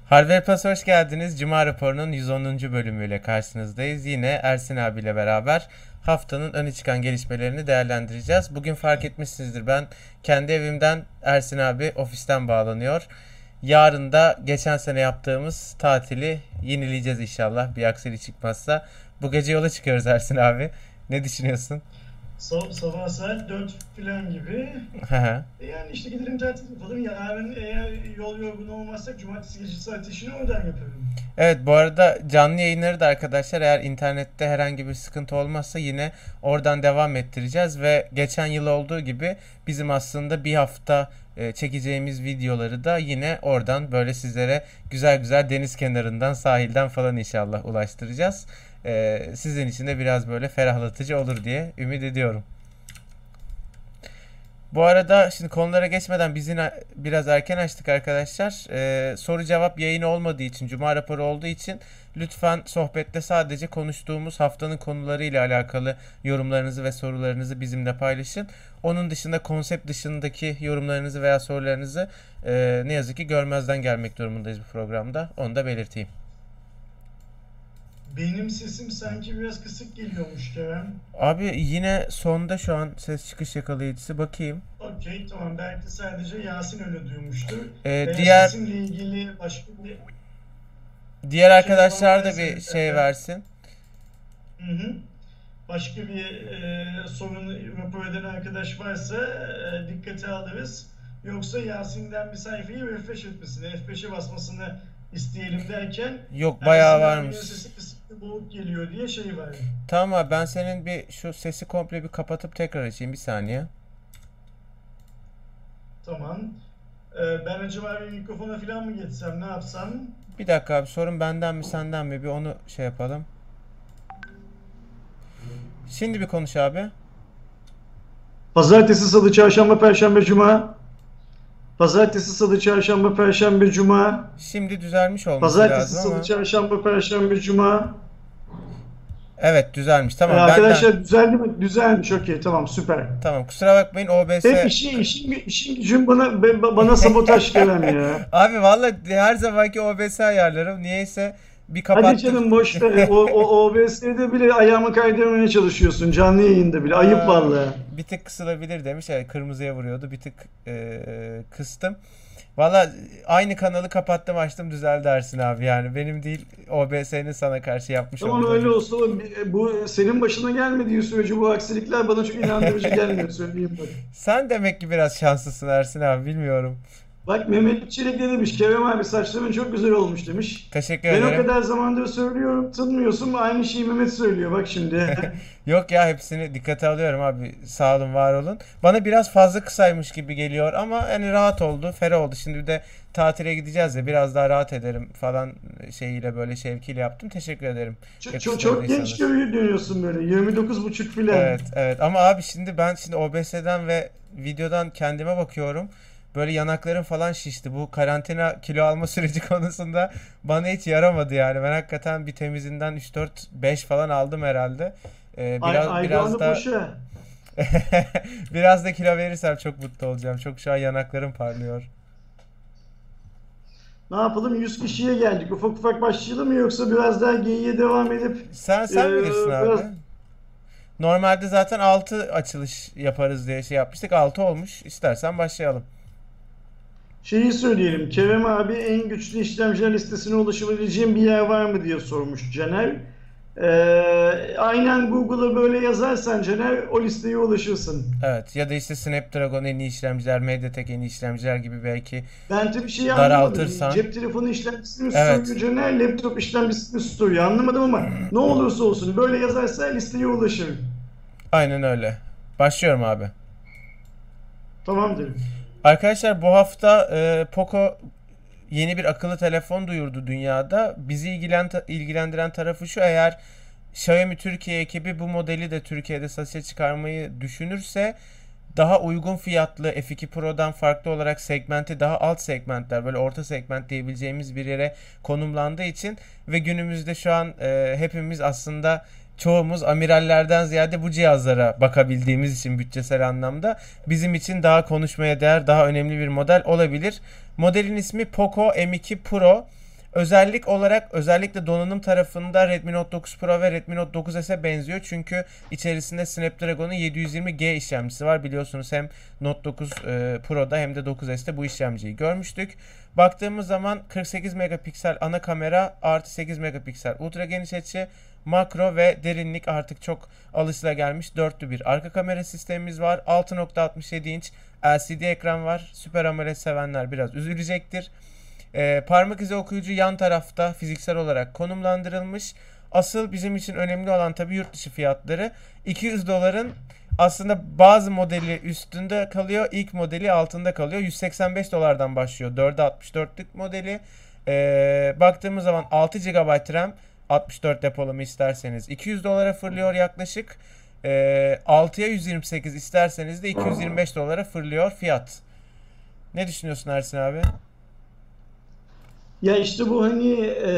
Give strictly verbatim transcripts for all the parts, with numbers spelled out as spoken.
Harvard Plus hoş geldiniz. Cuma raporunun yüz onuncu bölümüyle karşınızdayız. Yine Ersin abiyle beraber haftanın öne çıkan gelişmelerini değerlendireceğiz. Bugün fark etmişsinizdir, ben kendi evimden, Ersin abi ofisten bağlanıyor. Yarın da geçen sene yaptığımız tatili yenileyeceğiz inşallah, bir aksilik çıkmazsa. Bu gece yola çıkıyoruz Ersin abi. Ne düşünüyorsun? Sab- sabah saat dört falan gibi. E yani işte gidelim tatil yapalım. Yarın eğer yol yorgun olmazsak cumartesi gecesi ateşini oradan yaparım. Evet, bu arada canlı yayınları da arkadaşlar, eğer internette herhangi bir sıkıntı olmazsa yine oradan devam ettireceğiz ve geçen yıl olduğu gibi bizim aslında bir hafta e, çekeceğimiz videoları da yine oradan böyle sizlere güzel güzel deniz kenarından, sahilden falan inşallah ulaştıracağız. E, sizin için de biraz böyle ferahlatıcı olur diye ümit ediyorum. Bu arada şimdi konulara geçmeden, biz yine biraz erken açtık arkadaşlar. Ee, soru cevap yayını olmadığı için, Cuma raporu olduğu için lütfen sohbette sadece konuştuğumuz haftanın konularıyla alakalı yorumlarınızı ve sorularınızı bizimle paylaşın. Onun dışında konsept dışındaki yorumlarınızı veya sorularınızı e, ne yazık ki görmezden gelmek durumundayız bu programda. Onu da belirteyim. Benim sesim sanki biraz kısık geliyormuş Kerem. Abi yine sonda şu an ses çıkış yakalayıcısı, bakayım. Okey, tamam, belki sadece Yasin öyle duymuştur. Ee, Veya diğer sesimle ilgili başka bir diğer şey olan arkadaşlar da varsa bir şey mesela. versin. Hı hı. Başka bir e, sorun rapor eden arkadaş varsa e, dikkate alırız. Yoksa Yasin'den bir sayfayı refresh etmesini, F beşe basmasını isteyelim derken Yok, bayağı Ersin abinin varmış. sesi kısık boğuk geliyor diye şey var. Tamam abi, ben senin bir şu sesi komple bir kapatıp tekrar açayım, bir saniye. Tamam. E, ben acaba bir mikrofona falan mı geçsem, ne yapsam? Bir dakika abi, sorun benden mi senden mi, bir onu şey yapalım. Şimdi bir konuş abi. Pazartesi, Salı, Çarşamba, Perşembe, Cuma. Pazartesi, Salı, Çarşamba, Perşembe, Cuma. Şimdi düzelmiş olması Pazartesi, lazım Salı, ama. Çarşamba, Perşembe, Cuma. Evet, düzelmiş, Ee, tamam benden. arkadaşlar düzeldi mi? Düzelmiş. Okey, tamam, süper. Tamam, kusura bakmayın, Hep O B S. işin, işin, işin gücün bana, be- bana sabotaj Kerem ya. Abi vallahi her zamanki O B S ayarlarım niyeyse bir Hadi kapattım. canım, boş ver. O, o, O B S'de bile ayağımı kaydırmaya çalışıyorsun. Canlı yayında bile. Ayıp Aa, vallahi. bir tık kısılabilir demiş. Yani kırmızıya vuruyordu. Bir tık e, kıstım. Valla aynı kanalı kapattım açtım düzeldi Ersin abi, yani benim değil, O B S'nin sana karşı yapmış Tamam, olduğu öyle bir. olsa da bu senin başına gelmediği sürece bu aksilikler bana çok inandırıcı gelmiyor, söyleyeyim bak. Sen demek ki biraz şanslısın Ersin abi, bilmiyorum. Bak, Mehmet Çelik ne demiş? Kerem abi, saçların çok güzel olmuş demiş. Teşekkür Ben o ederim. kadar zamandır söylüyorum, tınmıyorsun. Aynı şeyi Mehmet söylüyor bak şimdi. Yok ya, hepsini dikkate alıyorum abi, sağ olun var olun. Bana biraz fazla kısaymış gibi geliyor ama hani rahat oldu, ferah oldu. Şimdi bir de tatile gideceğiz ya, biraz daha rahat ederim falan şeyiyle, böyle şevkiyle yaptım. Teşekkür ederim Çok, çok, çok genç yakıştırdıysanız. görünüyorsun böyle. yirmi dokuz buçuk filan. Evet, evet, ama abi şimdi ben şimdi O B S'den ve videodan kendime bakıyorum. Böyle yanaklarım falan şişti. Bu karantina kilo alma süreci konusunda bana hiç yaramadı yani. Ben hakikaten bir temizinden üç dört beş falan aldım herhalde. Ee, Ay, biraz biraz Aydoğan'ı da boşa. biraz da kilo verirsem çok mutlu olacağım. Çok, şu an yanaklarım parlıyor. Ne yapalım? yüz kişiye geldik. Ufak ufak başlayalım mı, yoksa biraz daha geyiğe devam edip Sen e, sen bilirsin abi. biraz Normalde zaten altı açılış yaparız diye şey yapmıştık. Altı olmuş. İstersen başlayalım. şeyi söyleyelim. Kerem abi, en güçlü işlemciler listesine ulaşabileceğim bir yer var mı diye sormuş Caner. Ee, aynen Google'a böyle yazarsan Caner, o listeye ulaşırsın. Evet, ya da işte Snapdragon en iyi işlemciler, MediaTek en iyi işlemciler gibi belki Ben tabii şeyi anlamadım. daraltırsan. Cep telefonu işlemcisini mi Evet. soruyor Caner, laptop işlemcisini mi soruyor, anlamadım ama ne olursa olsun böyle yazarsa listeye ulaşır. Aynen öyle. Başlıyorum abi. Tamamdır. Arkadaşlar, bu hafta e, Poco yeni bir akıllı telefon duyurdu dünyada. Bizi ilgilen, ilgilendiren tarafı şu: eğer Xiaomi Türkiye ekibi bu modeli de Türkiye'de satışa çıkarmayı düşünürse, daha uygun fiyatlı F iki Pro'dan farklı olarak segmenti daha alt segmentler, böyle orta segment diyebileceğimiz bir yere konumlandığı için ve günümüzde şu an e, hepimiz aslında, çoğumuz amirallerden ziyade bu cihazlara bakabildiğimiz için bütçesel anlamda bizim için daha konuşmaya değer, daha önemli bir model olabilir. Modelin ismi Poco M iki Pro. Özellik olarak özellikle donanım tarafında Redmi Note dokuz Pro ve Redmi Note dokuz S'e benziyor. Çünkü içerisinde Snapdragon'un yedi yüz yirmi G işlemcisi var. Biliyorsunuz hem Note dokuz e, Pro'da hem de dokuz S'te bu işlemciyi görmüştük. Baktığımız zaman kırk sekiz megapiksel ana kamera artı sekiz megapiksel ultra geniş açı, makro ve derinlik artık çok alışılagelmiş dörtlü bir arka kamera sistemimiz var. altı nokta altmış yedi inç L C D ekran var. Super AMOLED sevenler biraz üzülecektir. Ee, parmak izi okuyucu yan tarafta fiziksel olarak konumlandırılmış. Asıl bizim için önemli olan tabii yurt dışı fiyatları. iki yüz doların aslında bazı modeli üstünde kalıyor, ilk modeli altında kalıyor. yüz seksen beş dolardan başlıyor dörde altmış dörtlük modeli. Ee, baktığımız zaman altı gigabayt RAM, altmış dört depolama isterseniz iki yüz dolara fırlıyor yaklaşık. Ee, altıya yüz yirmi sekiz isterseniz de iki yüz yirmi beş dolara fırlıyor fiyat. Ne düşünüyorsun Ersin abi? Ya işte bu hani e,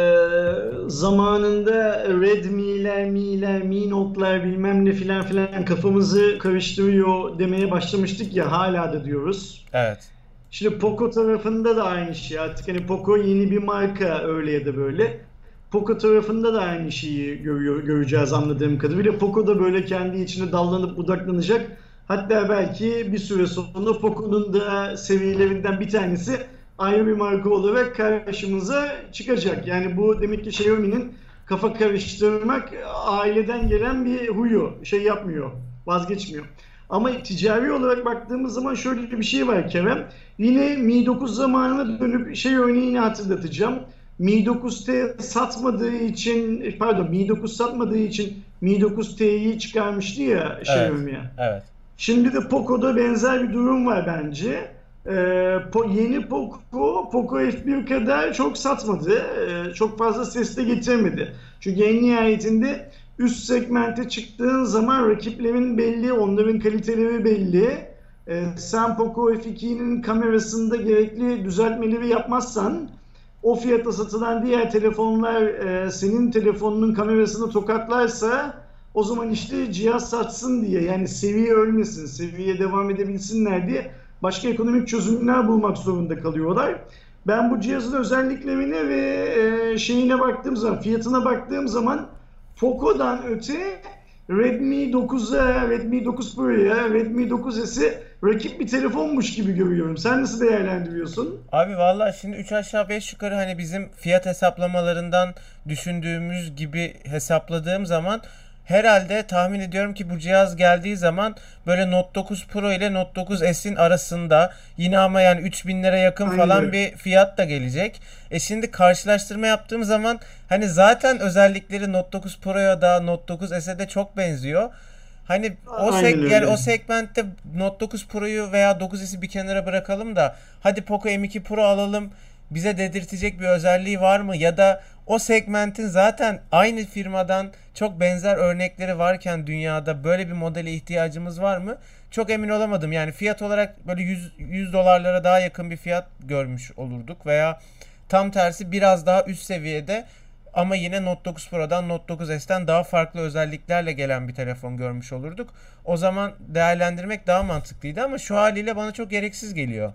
zamanında Redmi'ler, Mi'ler, Mi Note'lar bilmem ne filan filan kafamızı karıştırıyor demeye başlamıştık ya, hala da diyoruz. Evet. Şimdi Poco tarafında da aynı şey. Artık hani Poco yeni bir marka öyle ya da böyle. Poco tarafında da aynı şeyi görüyor, göreceğiz anladığım kadarıyla. Poco da böyle kendi içine dallanıp budaklanacak. Hatta belki bir süre sonra Poco'nun da seviyelerinden bir tanesi ayrı bir marka olarak karşımıza çıkacak. Yani bu demek ki Xiaomi'nin kafa karıştırmak aileden gelen bir huyu. Şey yapmıyor, vazgeçmiyor. Ama ticari olarak baktığımız zaman şöyle bir şey var Kerem. Yine Mi dokuz zamanına dönüp şey örneğini hatırlatacağım. Mi dokuz T satmadığı için, pardon Mi dokuz satmadığı için Mi dokuz T'yi çıkarmıştı ya Xiaomi'ye. Evet, evet. Şimdi de Poco'da benzer bir durum var bence. Ee, po, yeni Poco, Poco F bir kadar çok satmadı. Ee, çok fazla ses de getirmedi. Çünkü en nihayetinde üst segmente çıktığın zaman rakiplerin belli, onların kaliteleri belli. Ee, sen Poco F iki'nin kamerasında gerekli düzeltmeleri yapmazsan o fiyata satılan diğer telefonlar e, senin telefonunun kamerasını tokatlarsa o zaman işte cihaz satsın diye, yani seviye ölmesin, seviye devam edebilsinler diye başka ekonomik çözümler bulmak zorunda kalıyorlar. Ben bu cihazın özelliklerine ve e, şeyine baktığım zaman, fiyatına baktığım zaman Poco'dan öte Redmi dokuza, Redmi dokuz Pro'ya, Redmi dokuz S'e rakip bir telefonmuş gibi görüyorum. Sen nasıl değerlendiriyorsun? Abi vallahi şimdi üç aşağı beş yukarı hani bizim fiyat hesaplamalarından düşündüğümüz gibi hesapladığım zaman herhalde tahmin ediyorum ki bu cihaz geldiği zaman böyle Note dokuz Pro ile Note dokuz S'in arasında, yine ama yani üç bin lira yakın Aynen. falan bir fiyat da gelecek. E şimdi karşılaştırma yaptığım zaman hani zaten özellikleri Note dokuz Pro'ya da Note dokuz S'e de çok benziyor. Hani o seg yani o segmentte Note dokuz Pro'yu veya dokuz S'i bir kenara bırakalım da hadi Poco M iki Pro alalım. Bize dedirtecek bir özelliği var mı? Ya da o segmentin zaten aynı firmadan çok benzer örnekleri varken dünyada böyle bir modele ihtiyacımız var mı? Çok emin olamadım. Yani fiyat olarak böyle yüz dolarlara daha yakın bir fiyat görmüş olurduk veya tam tersi biraz daha üst seviyede ama yine Note dokuz Pro'dan Note dokuz S'ten daha farklı özelliklerle gelen bir telefon görmüş olurduk. O zaman değerlendirmek daha mantıklıydı ama şu haliyle bana çok gereksiz geliyor.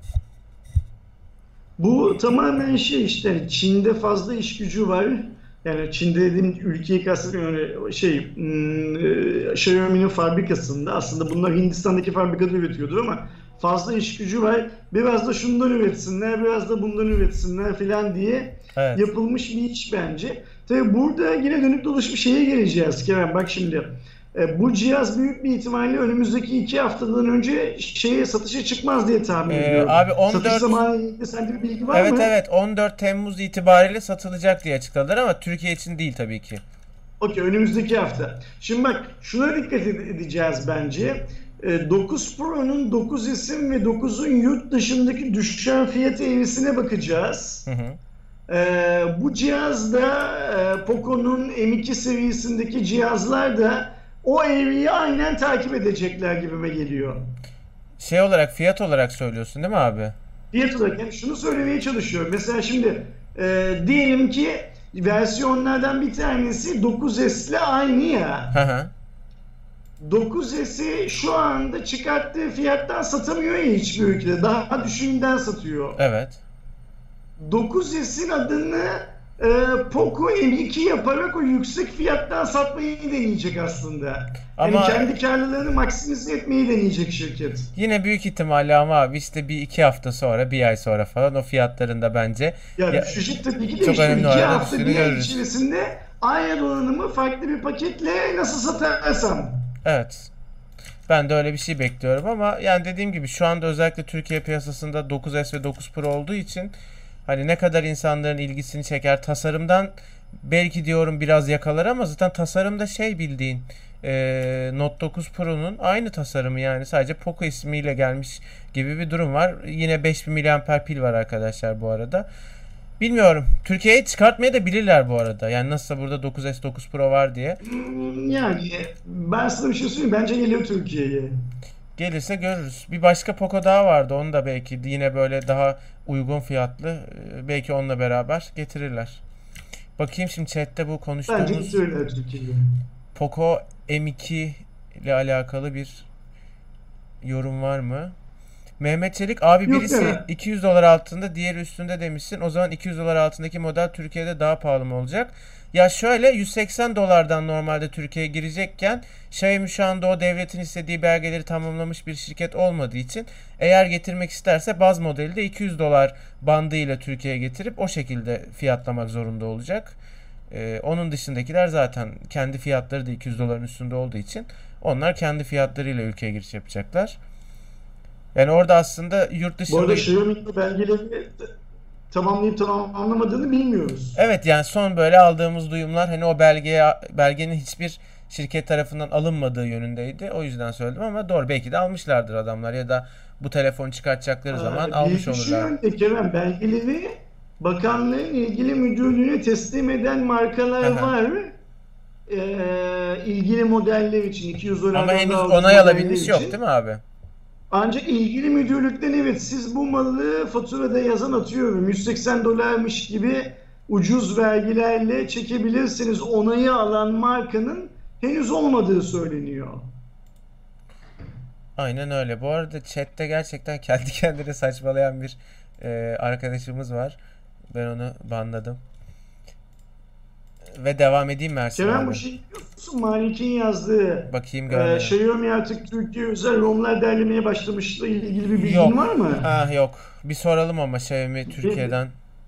Bu tamamen şey işte, Çin'de fazla iş gücü var. Yani Çin'de dediğim ülkeyi kastetmiyorum, şey hmm, Xiaomi'nin fabrikasında, aslında bunlar Hindistan'daki fabrikada üretiyordur ama fazla iş gücü var. Biraz da şundan üretsinler, biraz da bundan üretsinler filan diye Evet. yapılmış bir iş bence. Tabii burada yine dönüp dolaşıp şeye geleceğiz Kerem. Bak şimdi. E, bu cihaz büyük bir ihtimalle önümüzdeki iki haftadan önce şeye satışa çıkmaz diye tahmin Ee, ediyorum. abi on dört Satış zamanı ilgili sende bir bilgi var Evet mı? evet on dört Temmuz itibariyle satılacak diye açıkladılar ama Türkiye için değil tabii ki. Okey, önümüzdeki hafta. Şimdi bak şuna dikkat edeceğiz bence. E, dokuz Pro'nun, dokuz S'in ve dokuzun yurt dışındaki düşen fiyat eğrisine bakacağız. Hı hı. E, bu cihazda e, Poco'nun M iki seviyesindeki cihazlar da o eğriyi aynen takip edecekler gibime geliyor. Şey olarak, fiyat olarak söylüyorsun değil mi abi? Fiyat olarak yani şunu söylemeye çalışıyorum. Mesela şimdi e, diyelim ki versiyonlardan bir tanesi dokuz S ile aynı ya. Hı hı. dokuz S'i şu anda çıkarttığı fiyattan satamıyor ya hiçbir ülkede. Daha düşüğünden satıyor. Evet. dokuz S'in adını e, Poco M iki yaparak o yüksek fiyattan satmayı deneyecek aslında. Ama yani kendi karlılığını maksimize etmeyi deneyecek şirket. Yine büyük ihtimalle ama abi işte bir iki hafta sonra, bir ay sonra falan o fiyatlarında bence yani ya, düşecek tabii ki de çok işte önemli iki oranda hafta düştüğünü bir ay görürüz. içerisinde aynı donanımı farklı bir paketle nasıl satarsam. Evet. Ben de öyle bir şey bekliyorum ama yani dediğim gibi şu anda özellikle Türkiye piyasasında dokuz S ve dokuz Pro olduğu için hani ne kadar insanların ilgisini çeker tasarımdan belki diyorum biraz yakalar ama zaten tasarımda şey bildiğin e, Note dokuz Pro'nun aynı tasarımı yani sadece Poco ismiyle gelmiş gibi bir durum var. Yine beş bin miliamper pil var arkadaşlar bu arada. Bilmiyorum. Türkiye'ye çıkartmaya da bilirler bu arada. Yani nasılsa burada dokuz S dokuz Pro var diye. Yani ben sana bir şey söyleyeyim. Bence geliyor Türkiye'ye. Gelirse görürüz. Bir başka Poco daha vardı. Onu da belki yine böyle daha uygun fiyatlı. Belki onunla beraber getirirler. Bakayım şimdi chatte bu konuştuğumuz Bence getirirler Türkiye'ye. Poco M iki ile alakalı bir yorum var mı? Mehmet Çelik abi Yok birisi deme. iki yüz dolar altında diğeri üstünde demişsin. O zaman iki yüz dolar altındaki model Türkiye'de daha pahalı mı olacak? Ya şöyle yüz seksen dolardan normalde Türkiye'ye girecekken Xiaomi şu anda o devletin istediği belgeleri tamamlamış bir şirket olmadığı için eğer getirmek isterse baz modeli de iki yüz dolar bandıyla Türkiye'ye getirip o şekilde fiyatlamak zorunda olacak. Ee, onun dışındakiler zaten kendi fiyatları da iki yüz doların üstünde olduğu için onlar kendi fiyatlarıyla ülkeye giriş yapacaklar. Yani orada aslında yurt Bu arada dışında... Xiaomi'nin belgeleri tamamlayıp tamamlamadığını bilmiyoruz. Evet yani son böyle aldığımız duyumlar hani o belgeye belgenin hiçbir şirket tarafından alınmadığı yönündeydi. O yüzden söyledim ama doğru belki de almışlardır adamlar ya da bu telefonu çıkartacakları zaman Ee, almış bir şey olurlar. önde Kerem, belgeleri bakanlığın ilgili müdürlüğüne teslim eden markalar Aha. var. Ee, ilgili modeller için iki yüz Ama dolardan henüz daha ucuz onay modeller alabilmiş yok için. değil mi abi? Ancak ilgili müdürlükten evet siz bu malı faturada yazan atıyorum yüz seksen dolarmış gibi ucuz vergilerle çekebilirsiniz onayı alan markanın henüz olmadığı söyleniyor. Aynen öyle. Bu arada chatte gerçekten kendi kendine saçmalayan bir e, arkadaşımız var. Ben onu banladım. Ve devam edeyim mi Ersin Kerem abi? bu şey biliyor musun? Malik'in yazdığı Bakayım e, görmedim. Xiaomi artık Türkiye özel ROM'lar derlemeye başlamışla ilgili bir bilgin Yok. var mı? Ha yok. Bir soralım ama Xiaomi Türkiye'den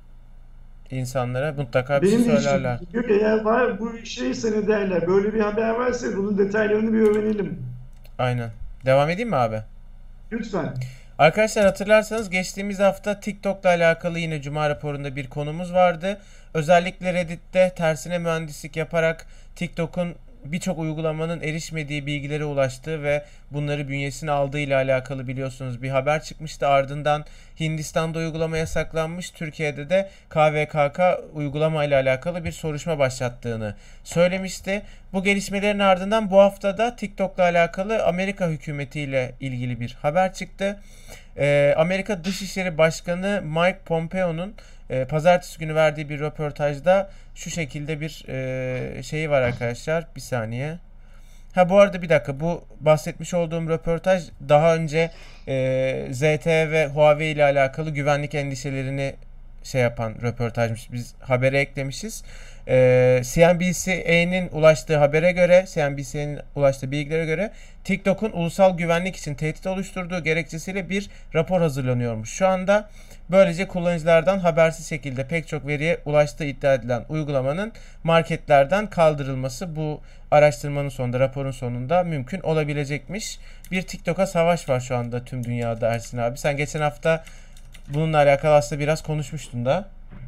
insanlara mutlaka bir şey Benim de hiç söylerler. bilgim yok. Eğer var bu şey seni derler. Böyle bir haber varsa bunun detaylarını bir öğrenelim. Aynen. Devam edeyim mi abi? Lütfen. Arkadaşlar hatırlarsanız geçtiğimiz hafta TikTok'la alakalı yine Cuma raporunda bir konumuz vardı. Özellikle Reddit'te tersine mühendislik yaparak TikTok'un birçok uygulamanın erişmediği bilgilere ulaştığı ve bunları bünyesine aldığı ile alakalı biliyorsunuz bir haber çıkmıştı. Ardından Hindistan'da uygulama yasaklanmış, Türkiye'de de K V K K uygulama ile alakalı bir soruşturma başlattığını söylemişti. Bu gelişmelerin ardından bu haftada TikTok'la alakalı Amerika hükümetiyle ilgili bir haber çıktı. Ee, Amerika Dışişleri Başkanı Mike Pompeo'nun e, pazartesi günü verdiği bir röportajda şu şekilde bir e, şeyi var arkadaşlar. Bir saniye. Ha bu arada bir dakika, bu bahsetmiş olduğum röportaj daha önce e, Z T E ve Huawei ile alakalı güvenlik endişelerini şey yapan röportajmış. Biz habere eklemişiz. E, C N B C'nin ulaştığı habere göre, C N B C'nin ulaştığı bilgilere göre TikTok'un ulusal güvenlik için tehdit oluşturduğu gerekçesiyle bir rapor hazırlanıyormuş. Şu anda böylece kullanıcılardan habersiz şekilde pek çok veriye ulaştığı iddia edilen uygulamanın marketlerden kaldırılması bu araştırmanın sonunda, raporun sonunda mümkün olabilecekmiş. Bir TikTok'a savaş var şu anda tüm dünyada Ersin abi. Sen geçen hafta bununla alakalı aslında biraz konuşmuştun da.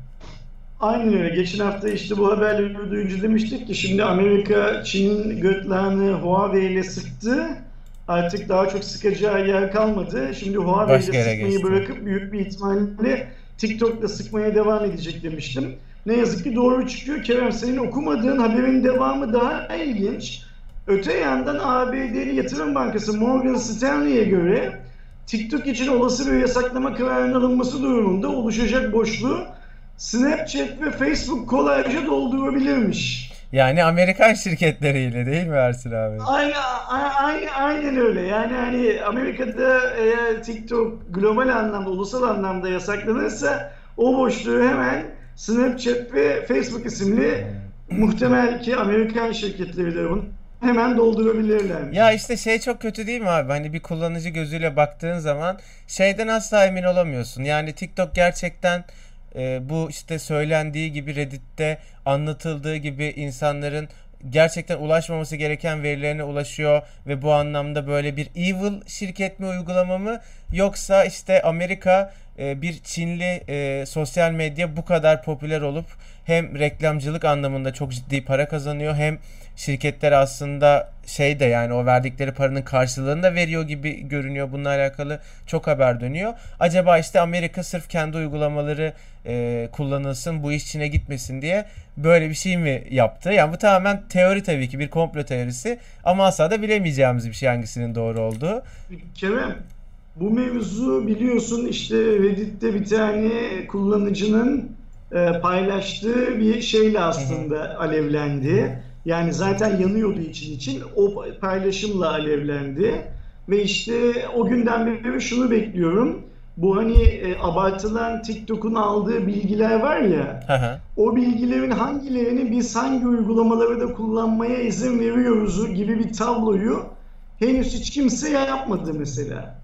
Aynen öyle. Geçen hafta işte bu haberleri duyunca demiştik ki şimdi Amerika Çin'in gırtlağını Huawei ile sıktı. Artık daha çok sıkacağı yer kalmadı. Şimdi Huawei ile Başka yere sıkmayı geçti. bırakıp büyük bir ihtimalle TikTok'la sıkmaya devam edecek demiştim. Ne yazık ki doğru çıkıyor. Kerem senin okumadığın haberin devamı daha ilginç. Öte yandan A B D'li yatırım bankası Morgan Stanley'e göre TikTok için olası bir yasaklama kararının alınması durumunda oluşacak boşluğu Snapchat ve Facebook kolayca doldurabilirmiş. Yani Amerikan şirketleriyle değil mi Ersin abi? Aynen, aynen, aynen öyle. Yani hani Amerika'da eğer TikTok global anlamda, ulusal anlamda yasaklanırsa O boşluğu hemen Snapchat ve Facebook isimli muhtemel ki Amerikan şirketleri de bunu hemen doldurabilirlermiş. Ya işte şey çok kötü değil mi abi? Hani bir kullanıcı gözüyle baktığın zaman şeyden asla emin olamıyorsun. Yani TikTok gerçekten e, bu işte söylendiği gibi Reddit'te anlatıldığı gibi insanların gerçekten ulaşmaması gereken verilerine ulaşıyor ve bu anlamda böyle bir evil şirket mi, uygulama mı, yoksa işte Amerika e, bir Çinli e, sosyal medya bu kadar popüler olup hem reklamcılık anlamında çok ciddi para kazanıyor, hem şirketler aslında şey de, yani o verdikleri paranın karşılığını da veriyor gibi görünüyor. Bununla alakalı çok haber dönüyor. Acaba işte Amerika sırf kendi uygulamaları e, kullanılsın, bu iş Çin'e gitmesin diye böyle bir şey mi yaptı? Yani bu tamamen teori, tabii ki bir komplo teorisi, ama asla da bilemeyeceğimiz bir şey hangisinin doğru olduğu. Kerem, bu mevzu biliyorsun işte Reddit'te bir tane kullanıcının e, paylaştığı bir şeyle Hı hı. aslında alevlendi. Yani zaten yanıyordu için için o paylaşımla alevlendi. Ve işte o günden beri şunu bekliyorum. Bu hani e, abartılan TikTok'un aldığı bilgiler var ya, Hı hı. o bilgilerin hangilerini biz hangi uygulamaları da kullanmaya izin veriyoruz gibi bir tabloyu henüz hiç kimse yapmadı mesela.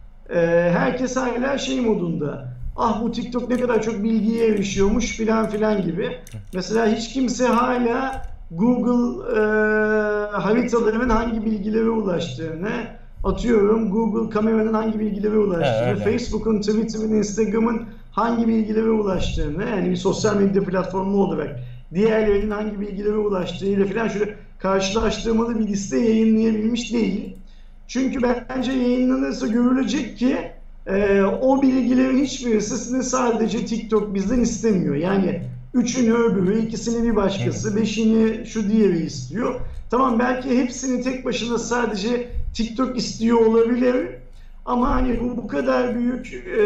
Ee, herkes hala şey modunda. Ah bu TikTok ne kadar çok bilgiye erişiyormuş filan filan gibi. Mesela hiç kimse hala Google e, haritalarının hangi bilgilere ulaştığını, atıyorum Google kameranın hangi bilgilere Ha, ulaştığını, öyle. Facebook'un, Twitter'ın, Instagram'ın hangi bilgilere ulaştığını, yani bir sosyal medya platformu olarak diğerlerinin hangi bilgilere ulaştığıyla filan şöyle karşılaştırmalı bir liste yayınlayabilmiş değil. Çünkü bence yayınlanırsa görülecek ki e, o bilgilerin hiçbirisini sadece TikTok bizden istemiyor. Yani üçünü öbürü, ikisini bir Hı hı. başkası, beşini şu diğeri istiyor. Tamam, belki hepsini tek başına sadece TikTok istiyor olabilir. Ama hani bu bu kadar büyük e,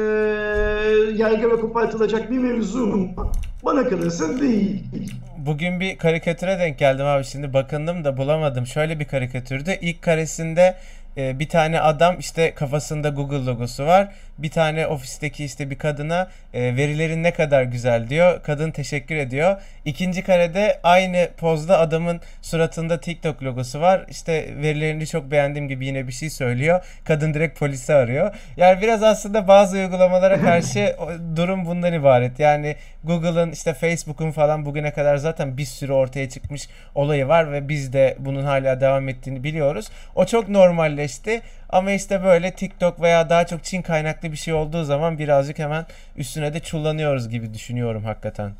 yaygara kopartılacak bir mevzu mu? Bana kalırsa değil. Bugün bir karikatüre denk geldim abi, şimdi bakındım da bulamadım. Şöyle bir karikatürdü. İlk karesinde e, bir tane adam, işte kafasında Google logosu var. Bir tane ofisteki işte bir kadına e, verilerin ne kadar güzel diyor. Kadın teşekkür ediyor. İkinci karede aynı pozda adamın suratında TikTok logosu var. İşte verilerini çok beğendiğim gibi yine bir şey söylüyor. Kadın direkt polisi arıyor. Yani biraz aslında bazı uygulamalara karşı durum bundan ibaret. Yani Google'ın, işte Facebook'un falan bugüne kadar zaten bir sürü ortaya çıkmış olayı var ve biz de bunun hala devam ettiğini biliyoruz. O çok normalleşti, ama işte böyle TikTok veya daha çok Çin kaynaklı bir şey olduğu zaman birazcık hemen üstüne de çullanıyoruz gibi düşünüyorum hakikaten.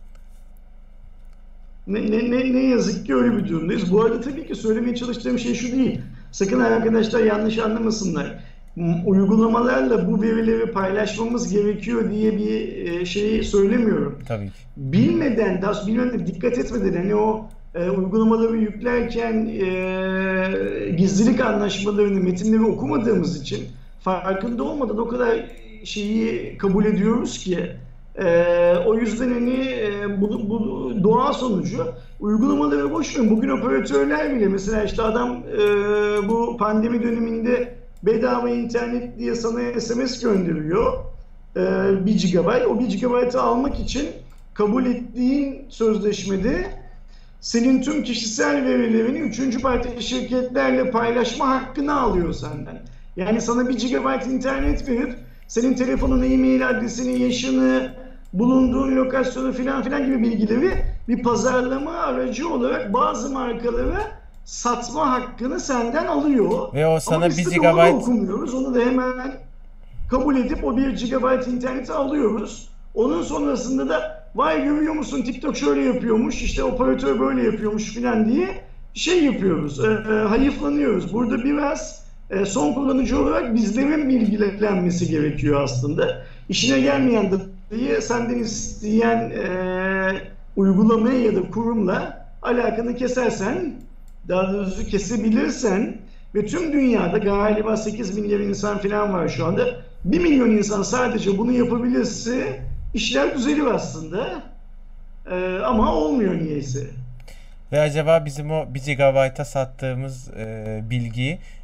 Ne, ne, ne, ne yazık ki öyle bir durumdayız. Bu arada tabii ki söylemeye çalıştığım şey şu değil. Sakın arkadaşlar yanlış anlamasınlar. M- Uygulamalarla bu verileri paylaşmamız gerekiyor diye bir e, şeyi söylemiyorum. Tabii ki. Bilmeden, daha bilmeden, dikkat etmeden hani o e, uygulamaları yüklerken e, gizlilik anlaşmalarını, metinleri okumadığımız için farkında olmadan o kadar şeyi kabul ediyoruz ki e, o yüzden hani e, bu, bu doğa sonucu uygulamaları boş verin. Bugün operatörler bile mesela işte adam e, bu pandemi döneminde bedava internet diye sana S M S gönderiyor. E, bir gigabayt. O bir gigabaytı almak için kabul ettiğin sözleşmede senin tüm kişisel verilerini üçüncü parti şirketlerle paylaşma hakkını alıyor senden. Yani sana bir gigabayt internet verip senin telefonun, e-mail adresini, yaşını, bulunduğun lokasyonu filan filan gibi bilgileri bir pazarlama aracı olarak bazı markalara satma hakkını senden alıyor. Ve o Ama sana bir biz tabii onu da gigabayt okumuyoruz. Onu da hemen kabul edip o bir gigabayt interneti alıyoruz. Onun sonrasında da vay görüyor musun TikTok şöyle yapıyormuş, işte operatör böyle yapıyormuş filan diye şey yapıyoruz, e, e, hayıflanıyoruz. Burada biraz e, son kullanıcı olarak bizlerin bilgilenmesi gerekiyor aslında. İşine gelmeyen datayı senden isteyen e, uygulamaya ya da kurumla alakanı kesersen, daha doğrusu kesebilirsen ve tüm dünyada galiba sekiz milyar insan falan var şu anda. bir milyon insan sadece bunu yapabilirse işler düzelir aslında. Ee, ama olmuyor niyeyse. ve acaba bizim o bir gigabayta sattığımız e, bilgiyi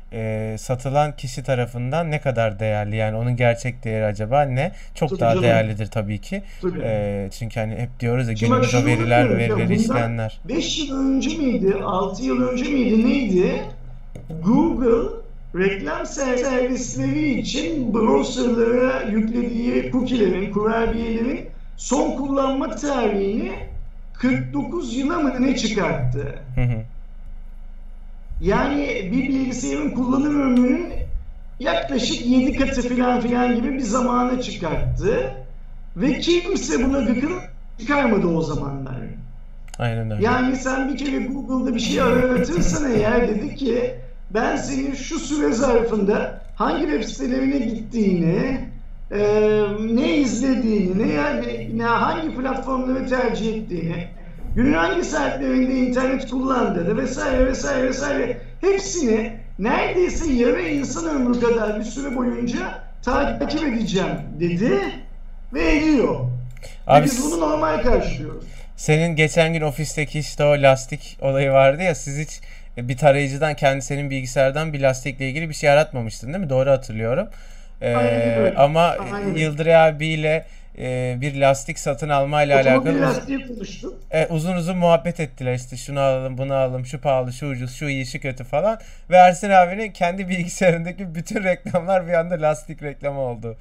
e, satılan kişi tarafından ne kadar değerli? Yani onun gerçek değeri acaba ne? Çok Tabii daha canım. değerlidir tabii ki. Tabii. E, çünkü hani hep diyoruz ya, Şimdi bak günümüz o şunu veriler unutmuyorum ya, verileri bundan işleyenler. beş yıl önce miydi, altı yıl önce miydi, neydi? Google reklam servisleri için browserlara yüklediği cookie'lerin, kurabiyelerin son kullanma tarihini kırk dokuz yıla mı ne çıkarttı? Hı hı. Yani bir bilgisayarın kullanım ömrünün yaklaşık yedi katı filan filan gibi bir zamana çıkarttı. Ve kimse buna gıkını çıkarmadı o zamanlar. Aynen öyle. Yani sen bir kere Google'da bir şey aratırsan eğer, dedi ki ben senin şu süre zarfında hangi web sitelerine gittiğini, e, ne izlediğini, ne, yani, ne hangi platformları tercih ettiğini, günün hangi saatlerinde internet kullandığını vesaire vesaire vesaire hepsini neredeyse yarı insan ömrü kadar bir süre boyunca takip edeceğim dedi ve ediyor. Abi, ve biz bunu normal karşılıyoruz. Senin geçen gün ofisteki işte o lastik olayı vardı ya, siz hiç bir tarayıcıdan kendi senin bilgisayardan bir lastikle ilgili bir şey aratmamıştın değil mi? Doğru hatırlıyorum. Ee, Aynen. ama Aynen. Yıldıray abiyle e, bir lastik satın almayla alakalı Otomobil uz- lastiği konuştuk. e, uzun uzun muhabbet ettiler, işte şunu alalım bunu alalım, şu pahalı şu ucuz şu iyi şu kötü falan, ve Ersin abinin kendi bilgisayarındaki bütün reklamlar bir anda lastik reklamı oldu.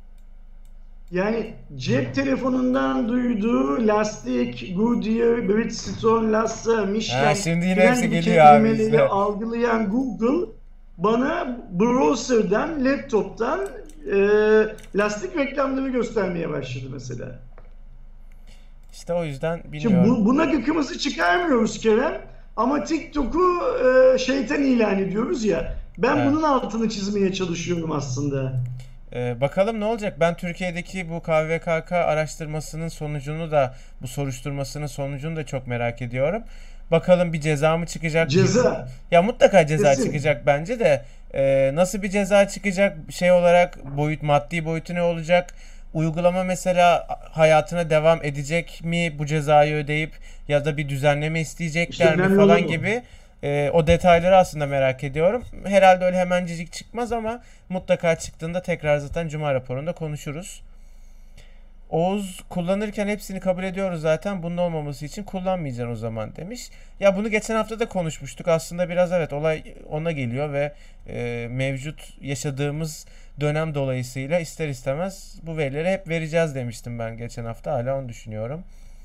Yani cep telefonundan duyduğu lastik, Goodyear, Bridgestone, Lassa, Ha, Michelin şimdi yine filan hepsi gibi geliyor abi kelimeleri bizde. algılayan Google bana browser'dan, laptop'tan e, lastik reklamları göstermeye başladı mesela. İşte o yüzden Şimdi bilmiyorum. bu, buna gıkımızı çıkarmıyoruz Kerem, ama TikTok'u e, şeytan ilan ediyoruz ya. Ben Evet. bunun altını çizmeye çalışıyorum aslında. Ee, bakalım ne olacak? Ben Türkiye'deki bu K V K K araştırmasının sonucunu da, bu soruşturmasının sonucunu da çok merak ediyorum. Bakalım bir ceza mı çıkacak? Ceza. Ya mutlaka ceza Kesin. çıkacak bence de. Ee, nasıl bir ceza çıkacak? Şey olarak boyut, maddi boyutu ne olacak? Uygulama mesela hayatına devam edecek mi bu cezayı ödeyip, ya da bir düzenleme isteyecekler İşte mi önemli falan olan o. gibi. Ee, o detayları aslında merak ediyorum. Herhalde öyle hemencecik çıkmaz ama mutlaka çıktığında tekrar zaten Cuma raporunda konuşuruz. Oğuz, kullanırken hepsini kabul ediyoruz zaten. Bunun olmaması için kullanmayacaksın o zaman demiş. Ya bunu geçen hafta da konuşmuştuk. Aslında biraz evet, olay ona geliyor ve e, mevcut yaşadığımız dönem dolayısıyla ister istemez bu verileri hep vereceğiz demiştim ben geçen hafta. Hala onu düşünüyorum.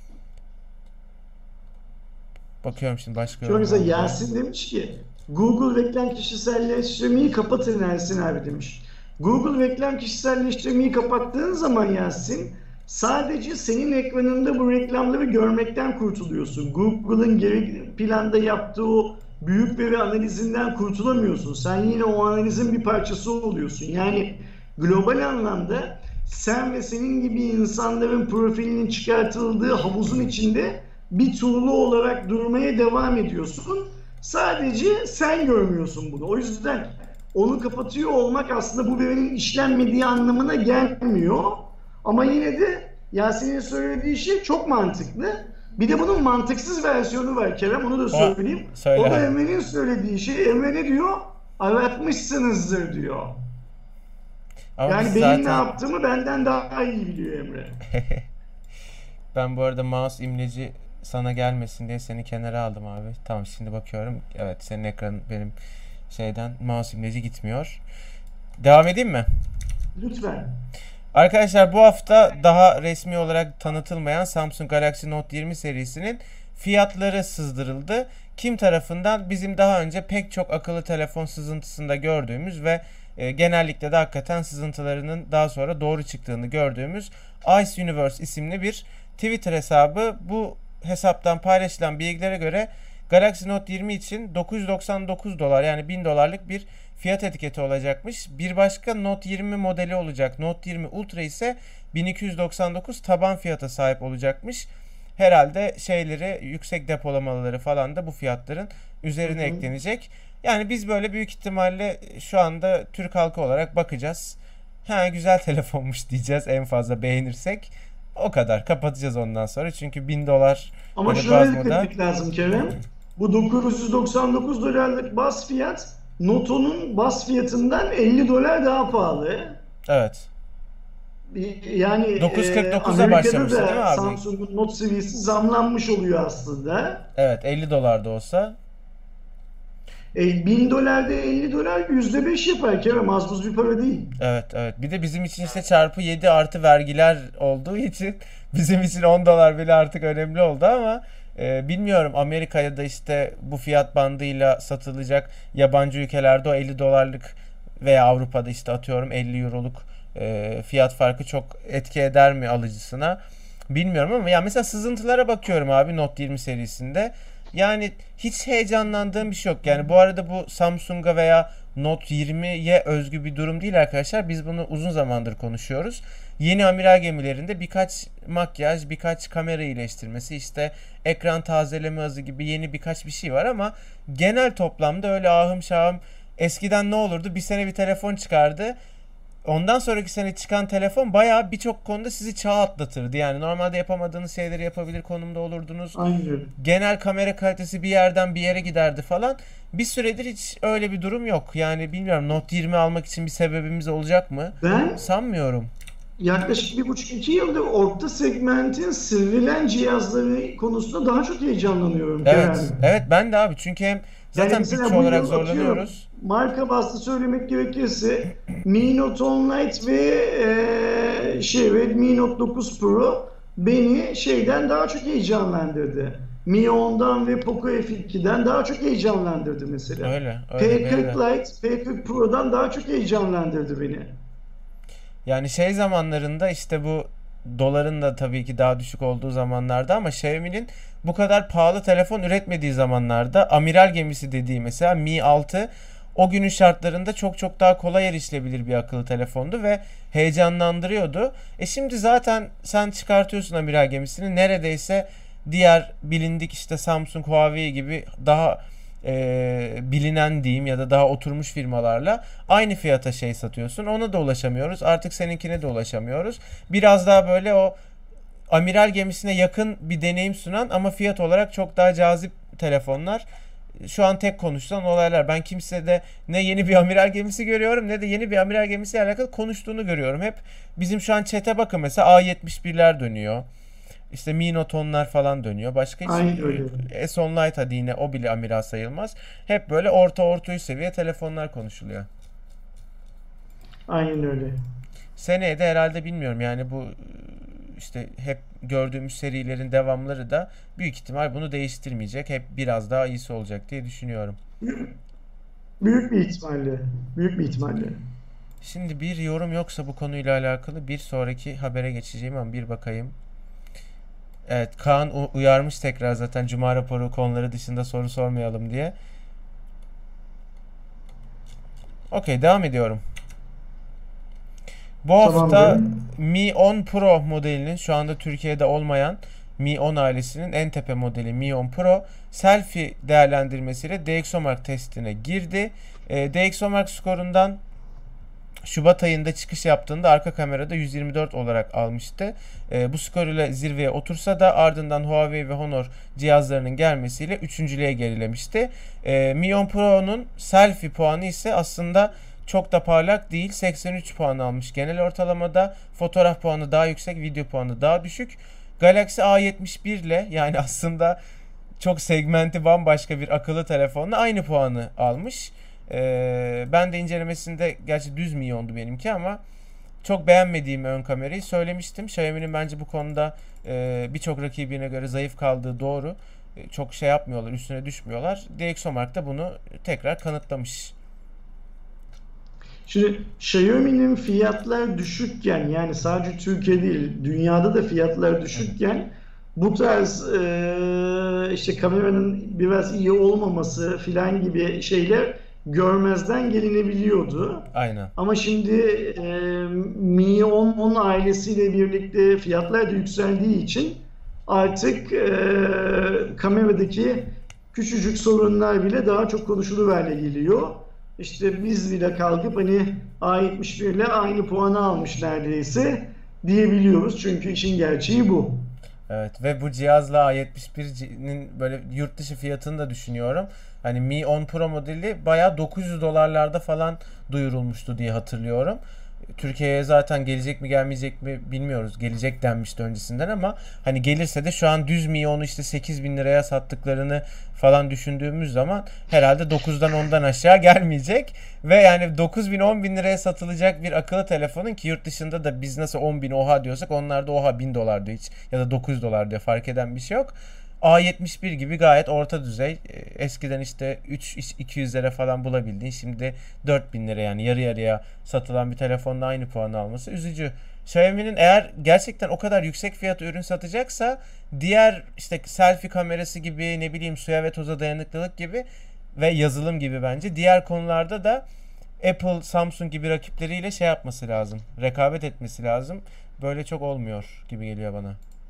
Bakıyorum şimdi başka Şöyle mesela yorumlar. Yasin demiş ki Google reklam kişiselleştirmeyi kapatın Ersin abi demiş. Google reklam kişiselleştirmeyi kapattığın zaman Yasin, sadece senin ekranında bu reklamları görmekten kurtuluyorsun. Google'ın geri planda yaptığı o büyük veri analizinden kurtulamıyorsun. Sen yine o analizin bir parçası oluyorsun. Yani global anlamda sen ve senin gibi insanların profilinin çıkartıldığı havuzun içinde bir tuğlu olarak durmaya devam ediyorsun. Sadece sen görmüyorsun bunu. O yüzden onu kapatıyor olmak aslında bu verinin işlenmediği anlamına gelmiyor. Ama yine de Yasin'in söylediği şey çok mantıklı. Bir de bunun mantıksız versiyonu var Kerem, onu da O, söyleyeyim. söyle O da abi. Emre'nin söylediği şey. Emre ne diyor? Aratmışsınızdır diyor. Ama Yani biz benim ne zaten yaptığımı benden daha iyi biliyor Emre. ben bu arada mouse imleci sana gelmesin diye seni kenara aldım abi. Tamam, şimdi bakıyorum. Evet, senin ekranın benim şeyden mouse imleci gitmiyor. Devam edeyim mi? Lütfen. Arkadaşlar, bu hafta daha resmi olarak tanıtılmayan Samsung Galaxy Note yirmi serisinin fiyatları sızdırıldı. Kim tarafından? Bizim daha önce pek çok akıllı telefon sızıntısında gördüğümüz ve e, genellikle de hakikaten sızıntılarının daha sonra doğru çıktığını gördüğümüz Ice Universe isimli bir Twitter hesabı. Bu hesaptan paylaşılan bilgilere göre Galaxy Note yirmi için dokuz yüz doksan dokuz dolar, yani bin dolarlık bir fiyat etiketi olacakmış. Bir başka Note yirmi modeli olacak. Note yirmi Ultra ise bin iki yüz doksan dokuz taban fiyata sahip olacakmış. Herhalde şeyleri, yüksek depolamaları falan da bu fiyatların üzerine Hı hı. eklenecek. Yani biz böyle büyük ihtimalle şu anda Türk halkı olarak bakacağız. Ha, güzel telefonmuş diyeceğiz en fazla, beğenirsek. O kadar. Kapatacağız ondan sonra. Çünkü bin dolar Ama böyle şöyle dikkat Gazmo'da. etmek lazım Kerem. Bu dokuz yüz doksan dokuz dolarlık baz fiyat Note'un bas fiyatından elli dolar daha pahalı. Evet. Yani e, dokuz yüz kırk dokuzda Amerika'da başlamıştı değil mi da abi? Samsung'un Note seviyesi zamlanmış oluyor aslında. Evet, elli dolar da olsa. E, bin dolarda elli dolar yüzde beş yapar Kerem, az buz bir para değil. Evet, evet. Bir de bizim için işte çarpı yedi artı vergiler olduğu için bizim için on dolar bile artık önemli oldu ama e, bilmiyorum, Amerika'ya da işte bu fiyat bandıyla satılacak yabancı ülkelerde o elli dolarlık veya Avrupa'da işte atıyorum elli euroluk e, fiyat farkı çok etki eder mi alıcısına bilmiyorum ama ya mesela sızıntılara bakıyorum abi Note yirmi serisinde. Yani hiç heyecanlandığım bir şey yok. Yani bu arada bu Samsung'a veya Note yirmiye özgü bir durum değil arkadaşlar. Biz bunu uzun zamandır konuşuyoruz. Yeni amiral gemilerinde birkaç makyaj, birkaç kamera iyileştirmesi, işte ekran tazeleme hızı gibi yeni birkaç bir şey var ama genel toplamda öyle ahım şahım eskiden ne olurdu? Bir sene bir telefon çıkardı. Ondan sonraki sene çıkan telefon bayağı birçok konuda sizi çağ atlatırdı. Yani normalde yapamadığınız şeyleri yapabilir konumda olurdunuz. Aynen öyle. Genel kamera kalitesi bir yerden bir yere giderdi falan. Bir süredir hiç öyle bir durum yok. Yani bilmiyorum, Note yirmi almak için bir sebebimiz olacak mı? Ben Sanmıyorum. yaklaşık bir buçuk iki yıldır orta segmentin sevilen cihazları konusunda daha çok heyecanlanıyorum Evet. Kerem. Evet, ben de abi. Çünkü hem Yani zaten bütçe mesela bu olarak yıl atıyorum, zorlanıyoruz. marka bastı söylemek gerekirse Mi Note on Lite ve e, şey Redmi Note dokuz Pro beni şeyden daha çok heyecanlandırdı. Mi ondan ve Poco F ikiden daha çok heyecanlandırdı mesela. Öyle. Öyle P kırk belli. Lite, P kırk Pro'dan daha çok heyecanlandırdı beni. Yani şey zamanlarında işte bu doların da tabii ki daha düşük olduğu zamanlarda ama Xiaomi'nin bu kadar pahalı telefon üretmediği zamanlarda amiral gemisi dediği mesela Mi altı o günün şartlarında çok çok daha kolay erişilebilir bir akıllı telefondu ve heyecanlandırıyordu. E şimdi zaten sen çıkartıyorsun amiral gemisini, neredeyse diğer bilindik işte Samsung, Huawei gibi daha e, bilinen diyeyim ya da daha oturmuş firmalarla aynı fiyata şey satıyorsun. Ona da ulaşamıyoruz. Artık seninkine de ulaşamıyoruz. Biraz daha böyle o amiral gemisine yakın bir deneyim sunan ama fiyat olarak çok daha cazip telefonlar. Şu an tek konuşulan olaylar. Ben kimsede ne yeni bir amiral gemisi görüyorum ne de yeni bir amiral gemisiyle alakalı konuştuğunu görüyorum. Hep bizim şu an chat'e bakın mesela A yetmiş birler dönüyor. İşte Mi Note onlar falan dönüyor. Başka hiç Aynı öyle. S on Lite, hadi yine o bile amiral sayılmaz. Hep böyle orta orta üst seviye telefonlar konuşuluyor. Aynen öyle. Seneye de herhalde bilmiyorum yani bu işte hep gördüğümüz serilerin devamları da büyük ihtimal bunu değiştirmeyecek. Hep biraz daha iyisi olacak diye düşünüyorum. Büyük bir ihtimalle. Büyük bir ihtimalle. Şimdi bir yorum yoksa bu konuyla alakalı bir sonraki habere geçeceğim ama bir bakayım. Evet, Kaan u- uyarmış tekrar zaten Cuma raporu konuları dışında soru sormayalım diye. Okey, devam ediyorum. Bu hafta Tamamdır. Mi on Pro modelinin, şu anda Türkiye'de olmayan Mi on ailesinin en tepe modeli Mi on Pro selfie değerlendirmesiyle DxOMark testine girdi. E, DxOMark skorundan Şubat ayında çıkış yaptığında arka kamerada yüz yirmi dört olarak almıştı. E, bu skor ile zirveye otursa da ardından Huawei ve Honor cihazlarının gelmesiyle üçüncülüğe gerilemişti. E, Mi on Pro'nun selfie puanı ise aslında çok da parlak değil. seksen üç puan almış genel ortalamada. Fotoğraf puanı daha yüksek, video puanı daha düşük. Galaxy A yetmiş bir ile, yani aslında çok segmenti bambaşka bir akıllı telefonla aynı puanı almış. Ee, ben de incelemesinde, gerçi düz miyondu benimki ama çok beğenmediğim ön kamerayı söylemiştim. Xiaomi'nin bence bu konuda e, birçok rakibine göre zayıf kaldığı doğru. E, çok şey yapmıyorlar, üstüne düşmüyorlar. DxOMark da bunu tekrar kanıtlamış. Şimdi Xiaomi'nin fiyatlar düşükken, yani sadece Türkiye değil dünyada da fiyatlar Hı hı. düşükken bu tarz e, işte kameranın biraz iyi olmaması filan gibi şeyler görmezden gelinebiliyordu. Aynen. Ama şimdi e, Mi on on ailesiyle birlikte fiyatlar da yükseldiği için artık e, kameradaki küçücük sorunlar bile daha çok konuşulur hale geliyor. İşte biz bile kalkıp hani A yetmiş bir ile aynı puanı almış neredeyse diyebiliyoruz. Çünkü işin gerçeği bu. Evet ve bu cihazla A yetmiş bir'in böyle yurt dışı fiyatını da düşünüyorum. Hani Mi on Pro modeli bayağı dokuz yüz dolarlarda falan duyurulmuştu diye hatırlıyorum. Türkiye'ye zaten gelecek mi gelmeyecek mi bilmiyoruz. Gelecek denmişti öncesinden ama hani gelirse de şu an düz Mi onu işte sekiz bin liraya sattıklarını falan düşündüğümüz zaman herhalde dokuzdan ondan aşağı gelmeyecek. Ve yani dokuz bin on bin liraya satılacak bir akıllı telefonun ki yurt dışında da biz nasıl on bin oha diyorsak onlar da oha bin dolar diyor hiç ya da dokuz dolar diyor, fark eden bir şey yok. A yetmiş bir gibi gayet orta düzey. Eskiden işte üç iki yüzlere falan bulabildiğin şimdi dört bin lira, yani yarı yarıya satılan bir telefonla aynı puanı alması üzücü. Xiaomi'nin eğer gerçekten o kadar yüksek fiyata ürün satacaksa diğer işte selfie kamerası gibi, ne bileyim suya ve toza dayanıklılık gibi ve yazılım gibi bence diğer konularda da Apple, Samsung gibi rakipleriyle şey yapması lazım. Rekabet etmesi lazım. Böyle çok olmuyor gibi geliyor bana.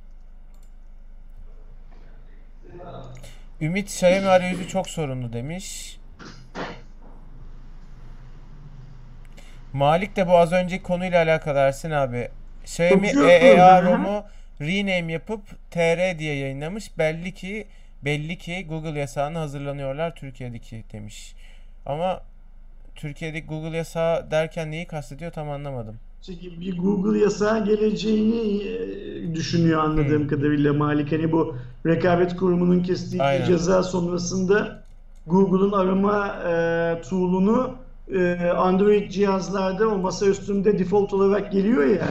Ümit Xiaomi arayüzü çok sorunlu demiş. Malik de bu az önceki konuyla alakalı Ersin abi. Xiaomi E E A ROM'u rename yapıp T R diye yayınlamış. Belli ki belli ki Google yasağına hazırlanıyorlar Türkiye'deki demiş. Ama Türkiye'deki Google yasağı derken neyi kastediyor tam anlamadım. Çünkü bir Google yasağı geleceğini e, düşünüyor anladığım hmm. kadarıyla Malik. Hani bu rekabet kurumunun kestiği bir ceza sonrasında Google'un arama e, tool'unu e, Android cihazlarda o masa üstünde default olarak geliyor ya,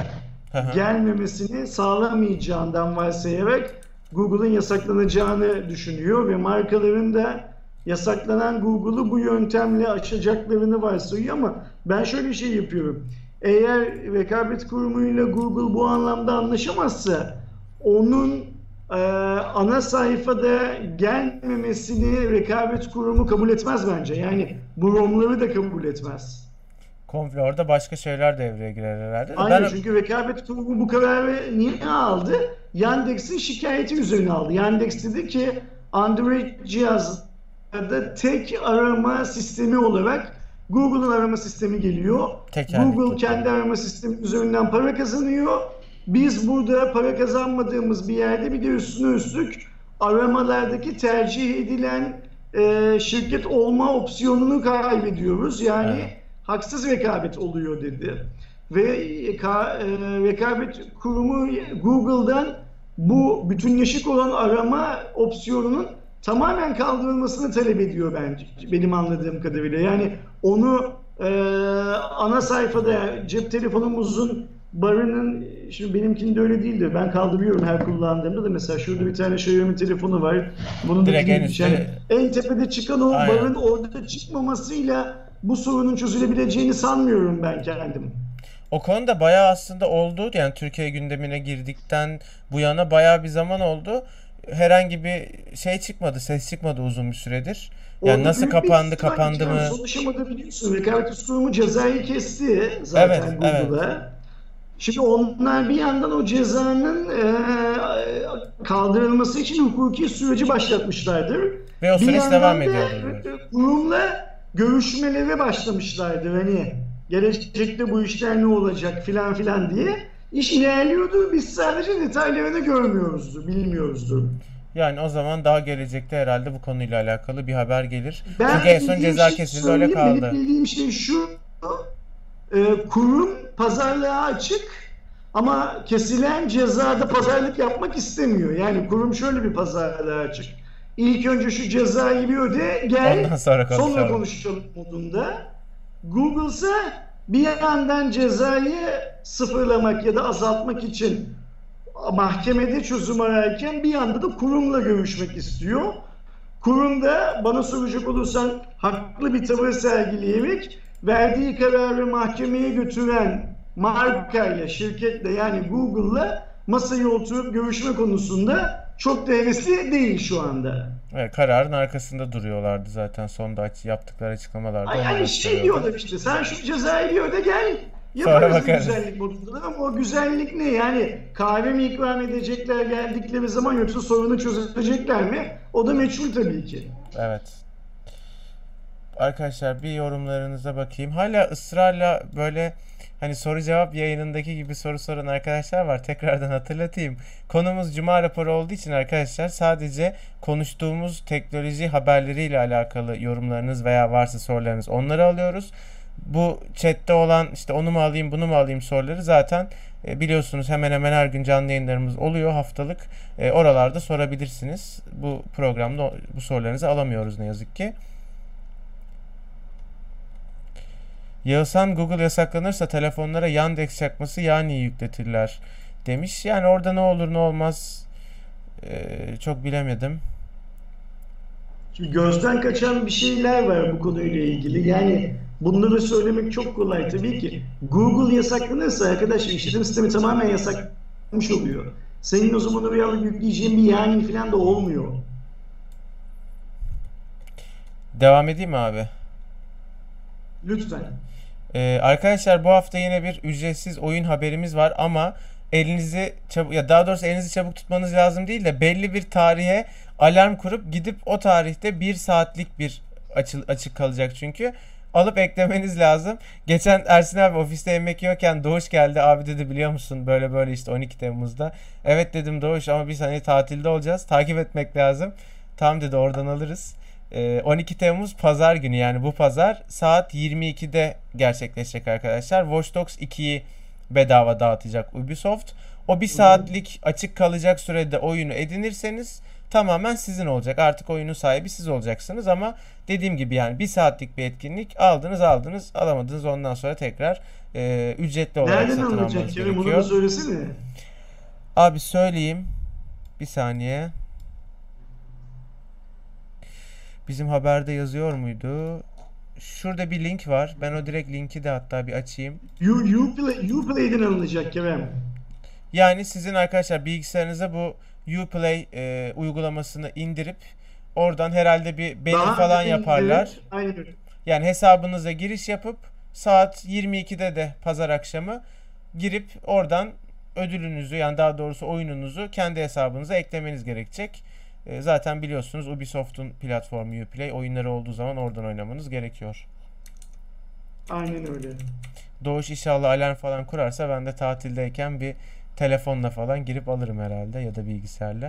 gelmemesini sağlamayacağından varsayarak Google'ın yasaklanacağını düşünüyor ve markaların da yasaklanan Google'u bu yöntemle açacaklarını varsayıyor ama ben şöyle bir şey yapıyorum. Eğer rekabet kurumuyla Google bu anlamda anlaşamazsa onun e, ana sayfada gelmemesini rekabet kurumu kabul etmez bence. Yani bu ROM'ları da kabul etmez. Komple orada başka şeyler devreye girer herhalde. Aynen ben... çünkü rekabet kurumu bu kararı niye aldı? Yandex'in şikayeti üzerine aldı. Yandex dedi ki Android cihazda tek arama sistemi olarak Google'ın arama sistemi geliyor. Tekerlikli. Google kendi arama sistemi üzerinden para kazanıyor. Biz burada para kazanmadığımız bir yerde bir de üstüne üstlük aramalardaki tercih edilen e, şirket olma opsiyonunu kaybediyoruz. Yani evet. haksız rekabet oluyor dedi. Ve e, ka, e, rekabet kurumu Google'dan bu bütünleşik olan arama opsiyonunun tamamen kaldırılmasını talep ediyor bence, benim anladığım kadarıyla. Yani onu e, ana sayfada cep telefonumuzun barının, şimdi benimkinde öyle değildir. Ben kaldırıyorum her kullandığımda da, mesela şurada bir tane Xiaomi telefonu var. Bunun da en, yani en tepede çıkan o Aynen. barın orada çıkmamasıyla bu sorunun çözülebileceğini sanmıyorum ben kendim. O konuda bayağı aslında oldu. Yani Türkiye gündemine girdikten bu yana bayağı bir zaman oldu. Herhangi bir şey çıkmadı, ses çıkmadı uzun bir süredir. Yani Orada nasıl kapandı, kapandı mı? Son aşamada biliyorsun, rekabet kurumu cezayı kesti zaten evet, Google'a. Evet. Şimdi onlar bir yandan o cezanın e, kaldırılması için hukuki süreci başlatmışlardır. Ve o süreç devam ediyor. Kurumla görüşmelere başlamışlardır. Hani gelecekte bu işler ne olacak filan filan diye. İş ilerliyordu. Biz sadece detaylarını görmüyoruzdur, bilmiyoruzdur. Yani o zaman daha gelecekte herhalde bu konuyla alakalı bir haber gelir. Ben Çünkü en son ceza şey kesildi, öyle kaldı. Benim bildiğim şey şu, e, kurum pazarlığa açık ama kesilen cezada pazarlık yapmak istemiyor. Yani kurum şöyle bir pazarlığa açık. İlk önce şu cezayı bir öde, gel, Ondan sonra konuşalım. sonra konuşalım modunda. Google ise bir yandan cezayı sıfırlamak ya da azaltmak için mahkemede çözüm ararken bir yanda da kurumla görüşmek istiyor. Kurum da bana soracak olursan haklı bir tavır sergileyerek verdiği kararı mahkemeye götüren markayla, şirketle yani Google'la masaya oturup görüşme konusunda çok da hevesli değil şu anda. Evet, kararın arkasında duruyorlardı zaten sonda yaptıkları açıklamalarda. Yani şey diyorlar işte, sen şu cezayı bir öde gel. Yaparız güzellik modunda ama o güzellik ne? Yani kahve mi ikram edecekler geldikleri zaman yoksa sorunu çözecekler mi? O da meçhul tabii ki. Evet. Arkadaşlar bir yorumlarınıza bakayım. Hala ısrarla böyle hani soru cevap yayınındaki gibi soru soran arkadaşlar var. Tekrardan hatırlatayım. Konumuz Cuma raporu olduğu için arkadaşlar sadece konuştuğumuz teknoloji haberleriyle alakalı yorumlarınız veya varsa sorularınız, onları alıyoruz. Bu chatte olan işte onu mu alayım bunu mu alayım soruları zaten e, biliyorsunuz hemen hemen her gün canlı yayınlarımız oluyor haftalık. E, oralarda sorabilirsiniz. Bu programda bu sorularınızı alamıyoruz ne yazık ki. Yağızhan, Google yasaklanırsa telefonlara Yandex çakması yani yükletirler demiş. Yani orada ne olur ne olmaz e, çok bilemedim. Şimdi gözden kaçan bir şeyler var bu konuyla ilgili. Yani bunları söylemek çok kolay tabii ki. Google yasaklanırsa arkadaşlar işletim sistemi tamamen yasaklanmış oluyor. Senin o zaman oraya alıp yükleyeceğin bir yani falan da olmuyor. Devam edeyim mi abi? Lütfen. Ee, arkadaşlar bu hafta yine bir ücretsiz oyun haberimiz var ama elinizi çabuk, ya daha doğrusu elinizi çabuk tutmanız lazım değil de belli bir tarihe alarm kurup gidip o tarihte bir saatlik bir açı, açık kalacak çünkü. Alıp eklemeniz lazım. Geçen Ersin abi ofiste yemek yiyorken Doğuş geldi. Abi dedi biliyor musun böyle böyle işte on iki Temmuz'da. Evet dedim Doğuş ama biz hani tatilde olacağız. Takip etmek lazım. Tamam dedi oradan alırız. on iki Temmuz pazar günü yani bu pazar saat yirmi ikide gerçekleşecek arkadaşlar. Watch Dogs ikiyi bedava dağıtacak Ubisoft. O bir saatlik açık kalacak sürede oyunu edinirseniz tamamen sizin olacak. Artık oyunun sahibi siz olacaksınız ama dediğim gibi yani bir saatlik bir etkinlik aldınız aldınız alamadınız ondan sonra tekrar e, ücretli olarak nereden satın almanız alınacak gerekiyor. Bunu da söylesene. Abi söyleyeyim. Bir saniye. Bizim haberde yazıyor muydu? Şurada bir link var. Ben o direkt linki de hatta bir açayım. You, Uplay, Uplay'den alınacak Kerem. Yani sizin arkadaşlar bilgisayarınıza bu Uplay e, uygulamasını indirip oradan herhalde bir beğeni Daha falan indirip, yaparlar. aynen öyle. Yani hesabınıza giriş yapıp saat yirmi ikide de pazar akşamı girip oradan ödülünüzü yani daha doğrusu oyununuzu kendi hesabınıza eklemeniz gerekecek. E, zaten biliyorsunuz Ubisoft'un platformu Uplay oyunları olduğu zaman oradan oynamanız gerekiyor. Aynen öyle. Doğuş inşallah alarm falan kurarsa ben de tatildeyken bir telefonla falan girip alırım herhalde ya da bilgisayarla.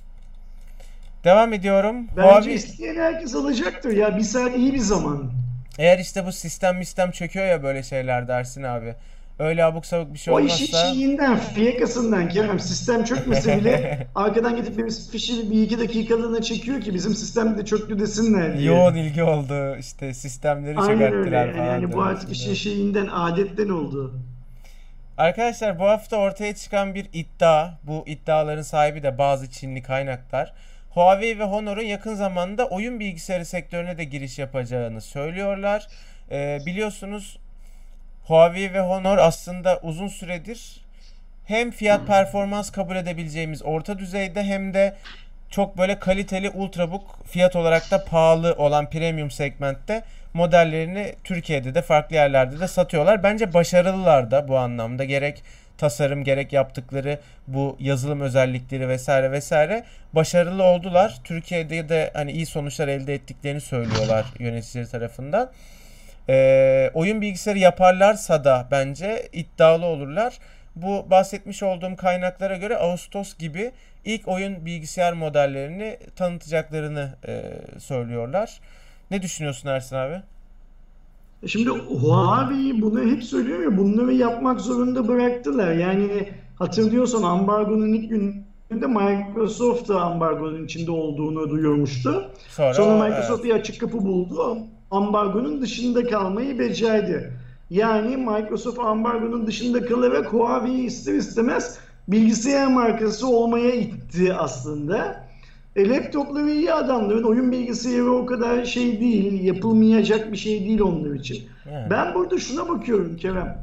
Devam ediyorum. Bence Huawei... isteyen herkes alacaktır ya. Bir saat iyi bir zaman. Eğer işte bu sistem mistem çöküyor ya böyle şeyler dersin abi. Öyle abuk sabuk bir şey O olmazsa... işin şeyinden, fiyakasından Kerem. Sistem çökmese bile arkadan gidip bir fişi bir iki dakikalığına çekiyor ki bizim sistemde de çöktü desinler diye. Yoğun ilgi oldu. İşte sistemleri Aynen öyle. çökerttiler falan. Yani bu artık işin şeyinden, adetten oldu. Arkadaşlar bu hafta ortaya çıkan bir iddia. Bu iddiaların sahibi de bazı Çinli kaynaklar. Huawei ve Honor'un yakın zamanda oyun bilgisayarı sektörüne de giriş yapacağını söylüyorlar. Ee, biliyorsunuz Huawei ve Honor aslında uzun süredir hem fiyat performans kabul edebileceğimiz orta düzeyde hem de çok böyle kaliteli ultrabook fiyat olarak da pahalı olan premium segmentte modellerini Türkiye'de de farklı yerlerde de satıyorlar. Bence başarılılar da bu anlamda gerek tasarım gerek yaptıkları bu yazılım özellikleri vesaire vesaire başarılı oldular. Türkiye'de de hani iyi sonuçlar elde ettiklerini söylüyorlar yöneticileri tarafından. Ee, oyun bilgisayarı yaparlarsa da bence iddialı olurlar. Bu bahsetmiş olduğum kaynaklara göre Ağustos gibi ilk oyun bilgisayar modellerini tanıtacaklarını e, söylüyorlar. Ne düşünüyorsun Ersin abi? Şimdi Huawei bunu hep söylüyor ya, bunları yapmak zorunda bıraktılar. Yani hatırlıyorsan ambargonun ilk gününde Microsoft da ambargonun içinde olduğunu duyurmuştu. Sonra, Sonra Microsoft evet. bir açık kapı buldu. Ambargonun dışında kalmayı becerdi. Yani Microsoft ambargonun dışında kalarak Huawei ister istemez bilgisayar markası olmaya itti aslında. E, laptopları iyi adamların, oyun bilgisayarı o kadar şey değil, yapılmayacak bir şey değil onlar için. Yani. Ben burada şuna bakıyorum Kerem.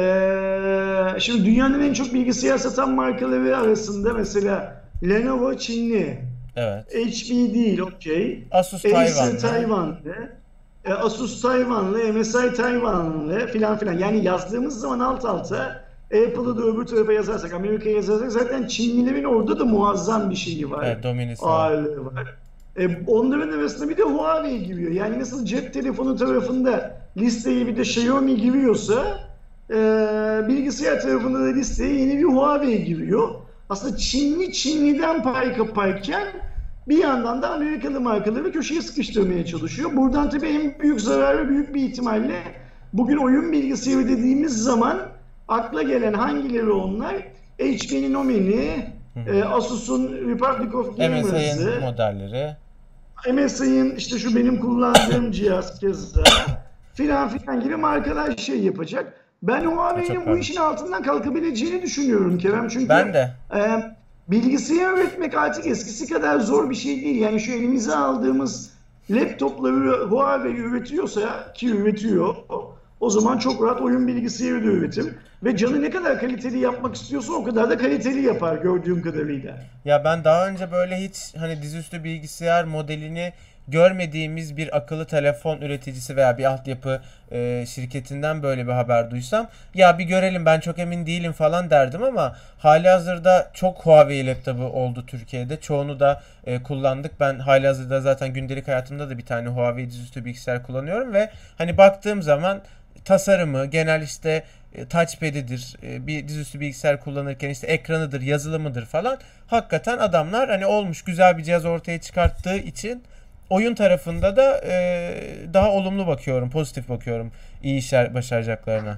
Ee, şimdi dünyanın en çok bilgisayar satan markaları arasında mesela Lenovo Çinli, Evet. H P değil, okey. Asus Acer Tayvanlı. Tayvanlı, e, Asus Tayvanlı, M S I Tayvanlı filan filan. Yani yazdığımız zaman alt alta Apple'ı da öbür tarafa yazarsak, Amerika'ya yazarsak zaten Çinlilerin orada da muazzam bir şeyi var. Evet, dominisi var. Ağırlığı var. E, onların arasında bir de Huawei giriyor. Yani nasıl cep telefonu tarafında listeye bir de Xiaomi giriyorsa e, bilgisayar tarafında da listeye yeni bir Huawei giriyor. Aslında Çinli Çinli'den pay kaparken bir yandan da Amerikalı markaları köşeye sıkıştırmaya çalışıyor. Buradan tabii en büyük zararı büyük bir ihtimalle bugün oyun bilgisayarı dediğimiz zaman akla gelen hangileri onlar? H P'nin Omni, e, Asus'un Republic of M S Gamers'ı, I'nin modelleri. M S I'nin işte şu benim kullandığım cihaz keza filan filan gibi markalar şey yapacak. Ben Huawei'nin bu işin altından kalkabileceğini düşünüyorum Kerem. Çünkü Ben de. E, bilgisayar üretmek artık eskisi kadar zor bir şey değil. Yani şu elimize aldığımız laptopları Huawei üretiyorsa, ki üretiyor, o zaman çok rahat oyun bilgisayarı da üretir. Ve canı ne kadar kaliteli yapmak istiyorsa o kadar da kaliteli yapar gördüğüm kadarıyla. Ya ben daha önce böyle hiç hani dizüstü bilgisayar modelini görmediğimiz bir akıllı telefon üreticisi veya bir altyapı e, şirketinden böyle bir haber duysam ya bir görelim ben çok emin değilim falan derdim ama halihazırda çok Huawei laptopu oldu Türkiye'de. Çoğunu da e, kullandık. Ben halihazırda zaten gündelik hayatımda da bir tane Huawei dizüstü bilgisayar kullanıyorum ve hani baktığım zaman tasarımı, genel işte e, touchpad'idir, e, bir dizüstü bilgisayar kullanırken işte ekranıdır, yazılımıdır falan. Hakikaten adamlar hani olmuş güzel bir cihaz ortaya çıkarttığı için oyun tarafında da e, daha olumlu bakıyorum, pozitif bakıyorum iyi işler başaracaklarına.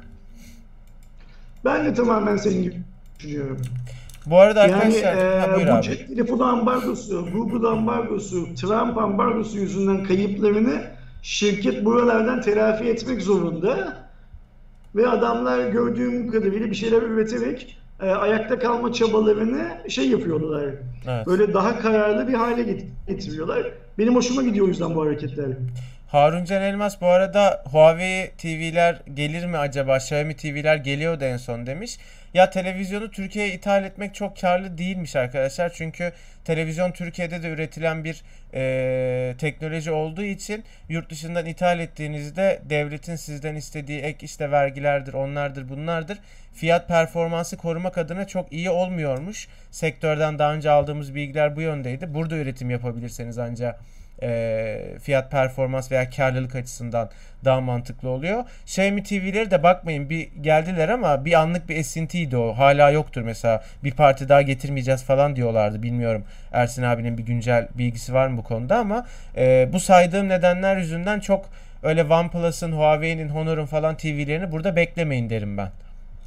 Ben de tamamen senin gibi düşünüyorum. Bu arada Yani arkadaşlar, e, ha, buyur bu abi. cep telefonu ambargosu, Google ambargosu, Trump ambargosu yüzünden kayıplarını şirket buralardan telafi etmek zorunda. Ve adamlar gördüğüm kadarıyla bir şeyler üreterek e, ayakta kalma çabalarını şey yapıyorlar. Evet. Böyle daha kararlı bir hale getiriyorlar. Benim hoşuma gidiyor o yüzden bu hareketler. Harun Can Elmas bu arada Huawei T V'ler gelir mi acaba? Xiaomi T V'ler geliyordu en son demiş. Ya televizyonu Türkiye'ye ithal etmek çok karlı değilmiş arkadaşlar. Çünkü televizyon Türkiye'de de üretilen bir e, teknoloji olduğu için yurt dışından ithal ettiğinizde devletin sizden istediği ek işte vergilerdir, onlardır, bunlardır. Fiyat performansı korumak adına çok iyi olmuyormuş. Sektörden daha önce aldığımız bilgiler bu yöndeydi. Burada üretim yapabilirseniz ancak E, fiyat performans veya karlılık açısından daha mantıklı oluyor. Xiaomi T V'leri de bakmayın bir geldiler ama bir anlık bir esintiydi o. Hala yoktur mesela. Bir parti daha getirmeyeceğiz falan diyorlardı. Bilmiyorum Ersin abinin bir güncel bilgisi var mı bu konuda ama e, bu saydığım nedenler yüzünden çok öyle OnePlus'ın, Huawei'nin, Honor'un falan T V'lerini burada beklemeyin derim ben.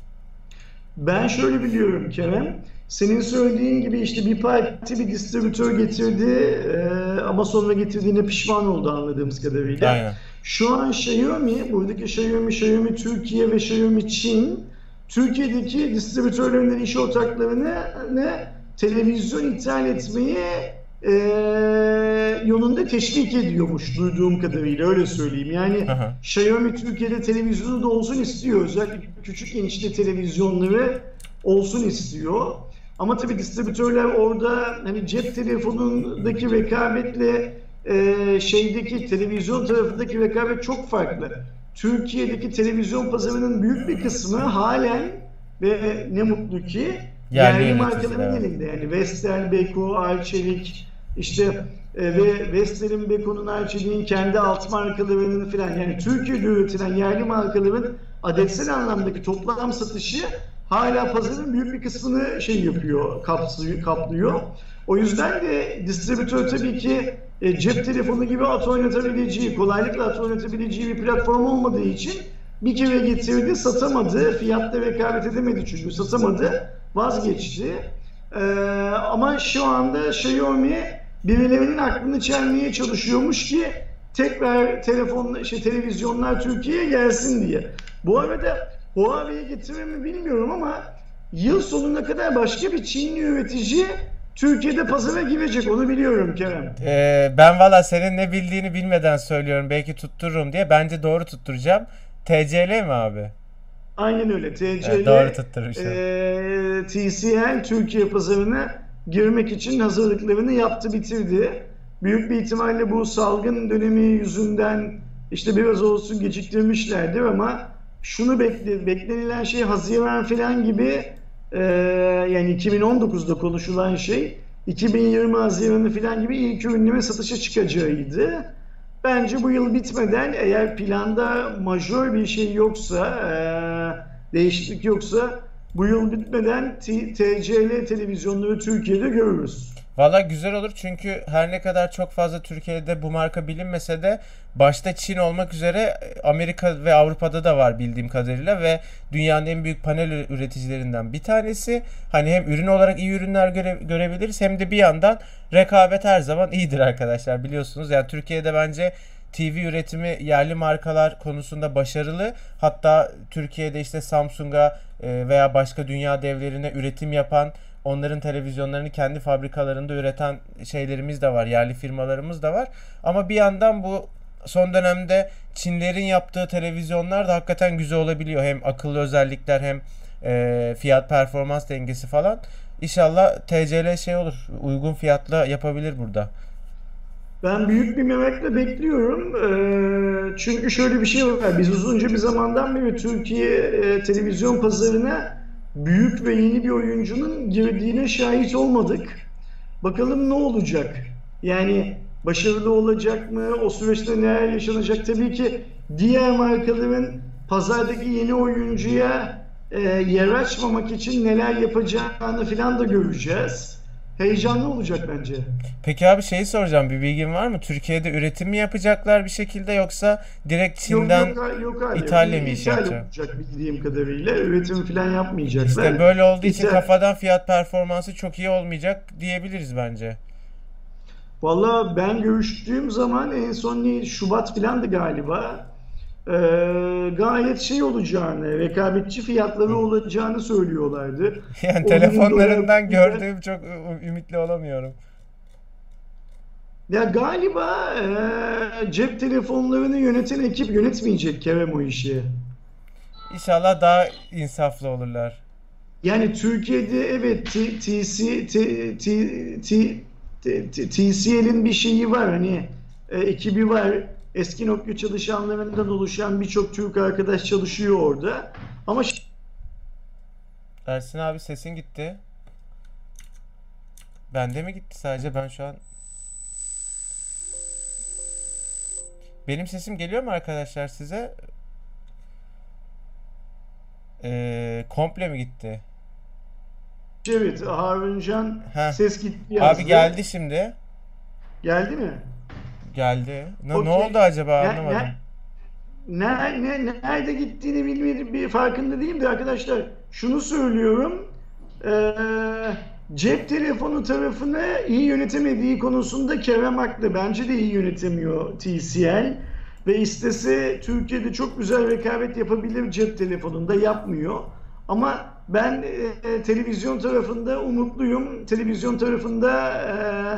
Ben şöyle biliyorum Kerem. Senin söylediğin gibi işte bir parti bir distribütör getirdi e, ama sonra getirdiğine pişman oldu anladığımız kadarıyla. Aynen. Şu an Xiaomi, buradaki Xiaomi, Xiaomi Türkiye ve Xiaomi Çin, Türkiye'deki distribütörlerinden iş ortaklarını ne, televizyon ithal etmeyi e, yolunda teşvik ediyormuş duyduğum kadarıyla, öyle söyleyeyim. Yani Aha. Xiaomi Türkiye'de televizyonu da olsun istiyor. Özellikle küçük genişte televizyonları olsun istiyor. Ama tabii distribütörler orada hani cep telefonundaki rekabetle e, şeydeki televizyon tarafındaki rekabet çok farklı. Türkiye'deki televizyon pazarının büyük bir kısmı halen ve ne mutlu ki Yerli yerli yöneticiler. markaların elinde. Yani Vestel, Beko, Arçelik işte e, ve Vestel'in, Beko'nun, Arçelik'in kendi alt markalarının filan, yani Türkiye'de üretilen yerli markaların adetsel anlamdaki toplam satışı hala pazarın büyük bir kısmını şey yapıyor, kapsıyor, kaplıyor. O yüzden de distribütör tabii ki e, cep telefonu gibi at oynatabileceği, kolaylıkla at oynatabileceği bir platform olmadığı için bir kere getirdi, satamadı, fiyatta rekabet edemedi çünkü satamadı, vazgeçti. Ee, ama şu anda Xiaomi birilerinin aklını çelmeye çalışıyormuş ki tekrar telefon, şey, televizyonlar Türkiye'ye gelsin diye. Bu arada Huawei'ye getirir mi bilmiyorum ama yıl sonuna kadar başka bir Çinli üretici Türkiye'de pazara girecek, onu biliyorum Kerem. Ee, ben valla senin ne bildiğini bilmeden söylüyorum. Belki tuttururum diye. Bence doğru tutturacağım. T C L mi abi? Aynen öyle. T C L, Evet, doğru tutturmuşum. e, T C L Türkiye pazarına girmek için hazırlıklarını yaptı, bitirdi. Büyük bir ihtimalle bu salgın dönemi yüzünden işte biraz olsun geciktirmişlerdir ama şunu bekle, beklenilen şey Haziran falan gibi, e, yani iki bin on dokuzda konuşulan şey iki bin yirmi Haziranı falan gibi ilk ürünleme satışa çıkacağıydı. Bence bu yıl bitmeden, eğer planda majör bir şey yoksa, Değişiklik yoksa bu yıl bitmeden T- TCL televizyonları Türkiye'de görürüz. Valla güzel olur çünkü her ne kadar çok fazla Türkiye'de bu marka bilinmese de başta Çin olmak üzere Amerika ve Avrupa'da da var bildiğim kadarıyla ve dünyanın en büyük panel üreticilerinden bir tanesi. Hani hem ürün olarak iyi ürünler göre, görebiliriz hem de bir yandan rekabet her zaman iyidir arkadaşlar biliyorsunuz. Yani Türkiye'de bence T V üretimi yerli markalar konusunda başarılı. Hatta Türkiye'de işte Samsung'a e, veya başka dünya devlerine üretim yapan, onların televizyonlarını kendi fabrikalarında üreten şeylerimiz de var. Yerli firmalarımız da var. Ama bir yandan bu son dönemde Çinlerin yaptığı televizyonlar da hakikaten güzel olabiliyor. Hem akıllı özellikler hem e, fiyat performans dengesi falan. İnşallah T C L şey olur. Uygun fiyatla yapabilir burada. Ben büyük bir merakla bekliyorum. Ee, çünkü şöyle bir şey var. Biz uzunca bir zamandan beri Türkiye e, televizyon pazarına büyük ve yeni bir oyuncunun girdiğine şahit olmadık. Bakalım ne olacak? Yani başarılı olacak mı? O süreçte neler yaşanacak? Tabii ki diğer markaların pazardaki yeni oyuncuya e, yer açmamak için neler yapacağını falan da göreceğiz. Heyecanlı olacak bence. Peki abi şeyi soracağım. Bir bilgin var mı? Türkiye'de üretim mi yapacaklar bir şekilde yoksa direkt Yok Çin'den yok yok abi. İtalya mı iş İthal yapacak? olacak bildiğim kadarıyla. Üretim falan yapmayacaklar. İşte böyle olduğu için İthal. kafadan fiyat performansı çok iyi olmayacak diyebiliriz bence. Valla ben görüştüğüm zaman en son ne, Şubat falandı galiba. Ee, gayet şey olacağını, rekabetçi fiyatları olacağını söylüyorlardı. Yani on bin dolar telefonlarından biber. gördüğüm çok ü- ümitli olamıyorum. Ya galiba e, cep telefonlarını yöneten ekip yönetmeyecek Kerem o işi. İnşallah daha insaflı olurlar. Yani Türkiye'de evet T- TC, T- T- T- T- T- TCL'in bir şeyi var hani e, ekibi var. Eski Nokia çalışanlarından oluşan birçok Türk arkadaş çalışıyor orada. Ama ş- Ersin abi sesin gitti. Bende mi gitti sadece ben şu an? Benim sesim geliyor mu arkadaşlar size? Ee, komple mi gitti? evet Haruncan Heh. ses gitti Abi yazdı. geldi şimdi. Geldi mi? Geldi. Ne, ne Okey. oldu acaba Ne, anlamadım. ne, ne, ne- nerede gittiğini bilmedim, bir farkında değilim de arkadaşlar şunu söylüyorum. Ee, cep telefonu tarafını iyi yönetemediği konusunda Kerem haklı. Bence de iyi yönetemiyor T C L. Ve istese Türkiye'de çok güzel rekabet yapabilir cep telefonunda yapmıyor. Ama ben e, televizyon tarafında umutluyum. Televizyon tarafında e,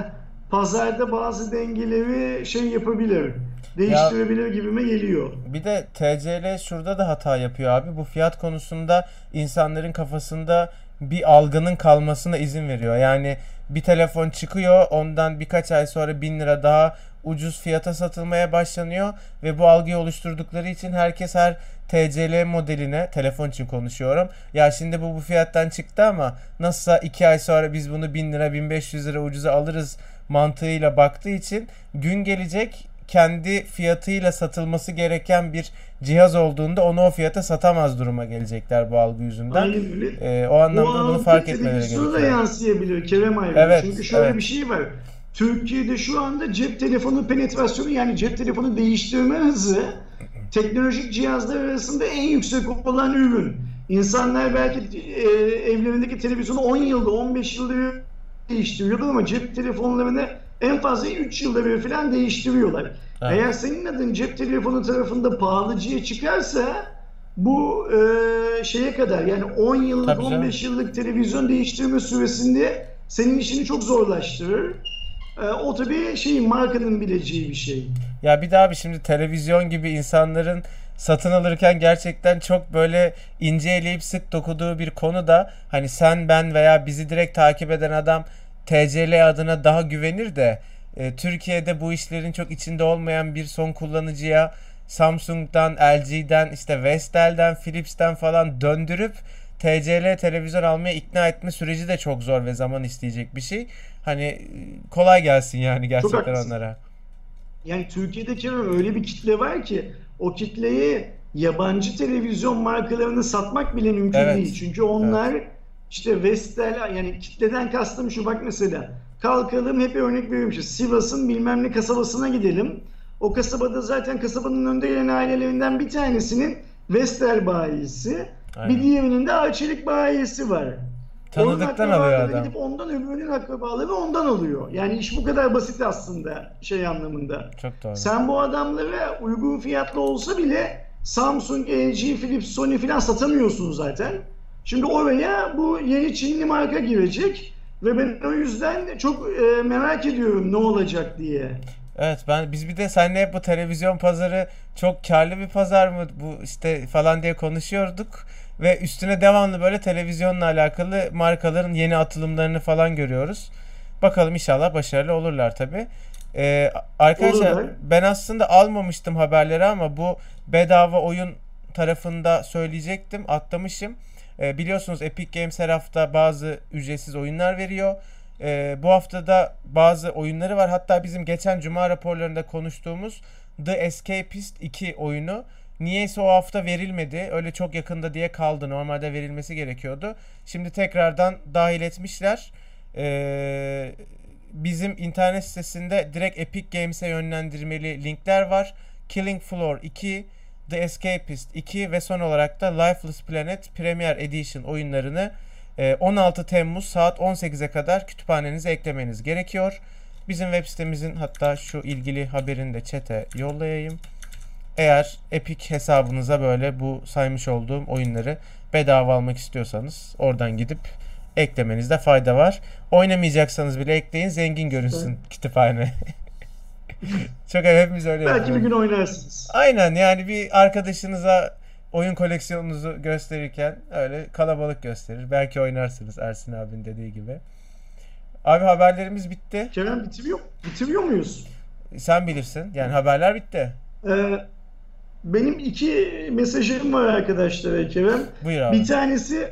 pazarda bazı dengeleri şey yapabilir, Ya değiştirebilir gibime geliyor. bir de T C L şurada da hata yapıyor abi. Bu fiyat konusunda insanların kafasında bir algının kalmasına izin veriyor. Yani bir telefon çıkıyor, ondan birkaç ay sonra bin lira daha ucuz fiyata satılmaya başlanıyor ve bu algıyı oluşturdukları için herkes her T C L modeline, telefon için konuşuyorum. Ya şimdi bu bu fiyattan çıktı ama nasılsa iki ay sonra biz bunu bin lira, bin beş yüz lira ucuza alırız mantığıyla baktığı için gün gelecek kendi fiyatıyla satılması gereken bir cihaz olduğunda onu o fiyata satamaz duruma gelecekler bu algı yüzünden. Aynen öyle. Ee, o O anlamda bunu algı fark etmeleri televizyona da gerekiyor. yansıyabilir Kerem Aydın. Evet, Çünkü şöyle evet. bir şey var. Türkiye'de şu anda cep telefonu penetrasyonu yani cep telefonu değiştirme hızı teknolojik cihazlar arasında en yüksek olan ürün. İnsanlar belki e, evlerindeki televizyonu on yılda on beş yılda bir değiştiriyordu ama cep telefonlarını en fazla üç yılda bir falan değiştiriyorlar. Evet. Eğer senin adın cep telefonu tarafında pahalıcıya çıkarsa bu e, şeye kadar yani on yıllık Tabii canım. on beş yıllık televizyon değiştirme süresinde senin işini çok zorlaştırır. E, o tabii şey markanın bileceği bir şey. Ya bir daha abi şimdi televizyon gibi insanların satın alırken gerçekten çok böyle ince eleyip sık dokuduğu bir konu da hani sen ben veya bizi direkt takip eden adam T C L adına daha güvenir de e, Türkiye'de bu işlerin çok içinde olmayan bir son kullanıcıya Samsung'dan, L G'den, işte Vestel'den, Philips'ten falan döndürüp T C L televizyon almaya ikna etme süreci de çok zor ve zaman isteyecek bir şey. Hani e, kolay gelsin yani Çok gerçekten haklısın. onlara. Yani Türkiye'deki öyle bir kitle var ki o kitleyi yabancı televizyon markalarını satmak bile mümkün Evet. değil. Çünkü onlar Evet. işte Vestel, yani kitleden kastım şu, bak mesela kalkalım, hep örnek veriyorum, işte Sivas'ın bilmem ne kasabasına gidelim. O kasabada zaten kasabanın önde gelen ailelerinden bir tanesinin Vestel bayisi, Aynen. bir diğerinin de Arçelik bayisi var. Tanıdıktan Onun alıyor akrabaları adam. gidip ondan, öbürünün akrabaları ondan alıyor. Yani iş bu kadar basit aslında şey anlamında. Çok doğru. Sen bu adamlara uygun fiyatlı olsa bile Samsung, L G, Philips, Sony falan satamıyorsun zaten. Şimdi oraya bu yeni Çinli marka girecek ve ben o yüzden çok e, merak ediyorum ne olacak diye. Evet, ben biz bir de seninle hep bu televizyon pazarı çok karlı bir pazar mı bu işte falan diye konuşuyorduk ve üstüne devamlı böyle televizyonla alakalı markaların yeni atılımlarını falan görüyoruz. Bakalım, inşallah başarılı olurlar tabii. Ee, arkadaşlar, Olurlar. ben aslında almamıştım haberleri ama bu bedava oyun tarafında söyleyecektim, atlamışım. Ee, biliyorsunuz Epic Games her hafta bazı ücretsiz oyunlar veriyor. Ee, bu hafta da bazı oyunları var. Hatta bizim geçen cuma raporlarında konuştuğumuz The Escapist iki oyunu niyeyse o hafta verilmedi. Öyle çok yakında diye kaldı. Normalde verilmesi gerekiyordu. Şimdi tekrardan dahil etmişler. Ee, bizim internet sitesinde direkt Epic Games'e yönlendirmeli linkler var. Killing Floor iki, The Escapist iki ve son olarak da Lifeless Planet Premier Edition oyunlarını on altı Temmuz saat on sekize kadar kütüphanenize eklemeniz gerekiyor. Bizim web sitemizin, hatta şu ilgili haberini de chat'e yollayayım. Eğer Epic hesabınıza böyle bu saymış olduğum oyunları bedava almak istiyorsanız oradan gidip eklemenizde fayda var. Oynamayacaksanız bile ekleyin, zengin görünsün kütüphane. Çok hepimiz öyle Belki yapıyoruz. bir gün oynarsınız. Aynen, yani bir arkadaşınıza oyun koleksiyonunuzu gösterirken öyle kalabalık gösterir. Belki oynarsınız, Ersin abinin dediği gibi. Abi, haberlerimiz bitti. Kerem, bitiriyor, bitiriyor muyuz? Sen bilirsin. Yani haberler bitti. Ee, benim iki mesajım var arkadaşlara Kerem. Buyur abi. Bir tanesi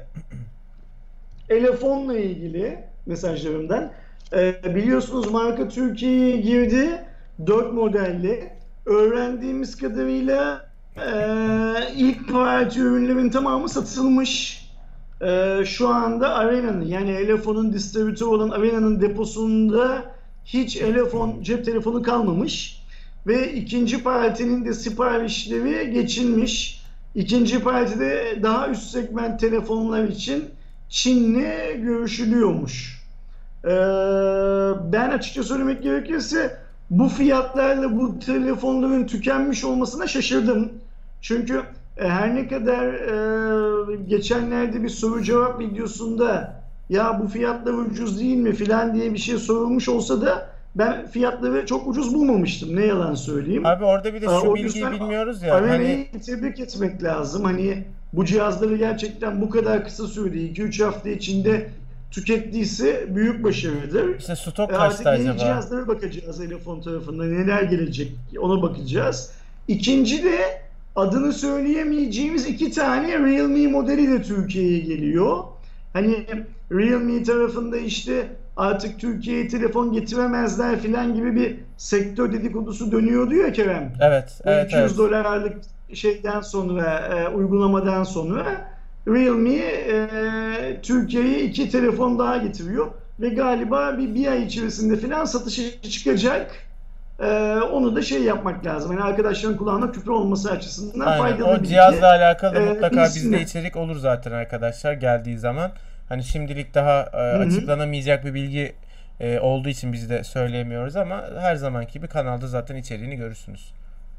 telefonla ilgili mesajlarımdan. Ee, biliyorsunuz marka Türkiye'ye girdi. dört modelli. Öğrendiğimiz kadarıyla e, ilk parti ürünlerin tamamı satılmış. E, şu anda Arena'nın, yani Elefon'un distribütörü olan Arena'nın deposunda hiç Elefon cep telefonu kalmamış. Ve ikinci partinin de siparişleri geçilmiş. İkinci partide daha üst segment telefonlar için Çin'le görüşülüyormuş. Ee, ben açıkça söylemek gerekirse bu fiyatlarla bu telefonların tükenmiş olmasına şaşırdım. Çünkü e, her ne kadar e, geçenlerde bir soru cevap videosunda ya bu fiyatlar ucuz değil mi filan diye bir şey sorulmuş olsa da ben fiyatları çok ucuz bulmamıştım. Ne yalan söyleyeyim. Abi, orada bir de Aa, şu o bilgiyi yüzden bilmiyoruz ya. Arena'yı Hani tebrik etmek lazım. Hani bu cihazları gerçekten bu kadar kısa sürede iki üç hafta içinde tükettiyse büyük başarıdır. işte stok E, Artık kaçtı yeni acaba? cihazlara bakacağız, Elefon tarafından neler gelecek ona bakacağız. İkinci de adını söyleyemeyeceğimiz iki tane Realme modeli de Türkiye'ye geliyor. Hani Realme tarafında işte artık Türkiye'ye telefon getiremezler filan gibi bir sektör dedikodusu dönüyordu ya Kerem. Evet, Bu evet, iki yüz evet. dolarlık şeyden sonra, e, uygulamadan sonra Realme e, Türkiye'ye iki telefon daha getiriyor ve galiba bir, bir ay içerisinde filan satışa çıkacak. E, onu da şey yapmak lazım. Yani arkadaşların kulağına küpe olması açısından Aynen. faydalı O bilgi. cihazla alakalı Ee, mutlaka bizde bilsinler. içerik olur zaten arkadaşlar geldiği zaman. Hani şimdilik daha e, hı. açıklanamayacak bir bilgi e, olduğu için biz de söyleyemiyoruz ama her zamanki gibi kanalda zaten içeriğini görürsünüz.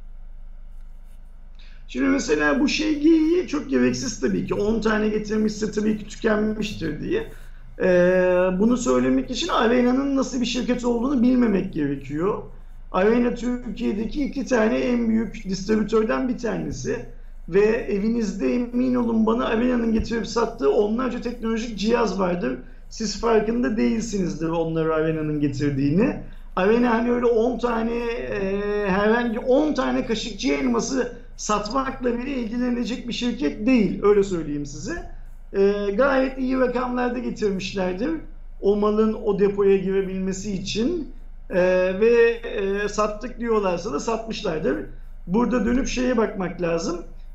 Şimdi mesela bu şey geyiği çok gereksiz tabii ki. on tane getirmişse tabii ki tükenmiştir diye. Ee, bunu söylemek için Arena'nın nasıl bir şirket olduğunu bilmemek gerekiyor. Arena Türkiye'deki iki tane en büyük distribütörden bir tanesi. Ve evinizde emin olun bana Arena'nın getirip sattığı onlarca teknolojik cihaz vardır. Siz farkında değilsinizdir onları Arena'nın getirdiğini. Arena hani öyle on tane e, herhangi on tane kaşıkçı elması satmakla bile ilgilenecek bir şirket değil. Öyle söyleyeyim size. E, gayet iyi rakamlarda getirmişlerdir. O malın o depoya girebilmesi için. E, ve e, sattık diyorlarsa da satmışlardır. Burada dönüp şeye bakmak lazım.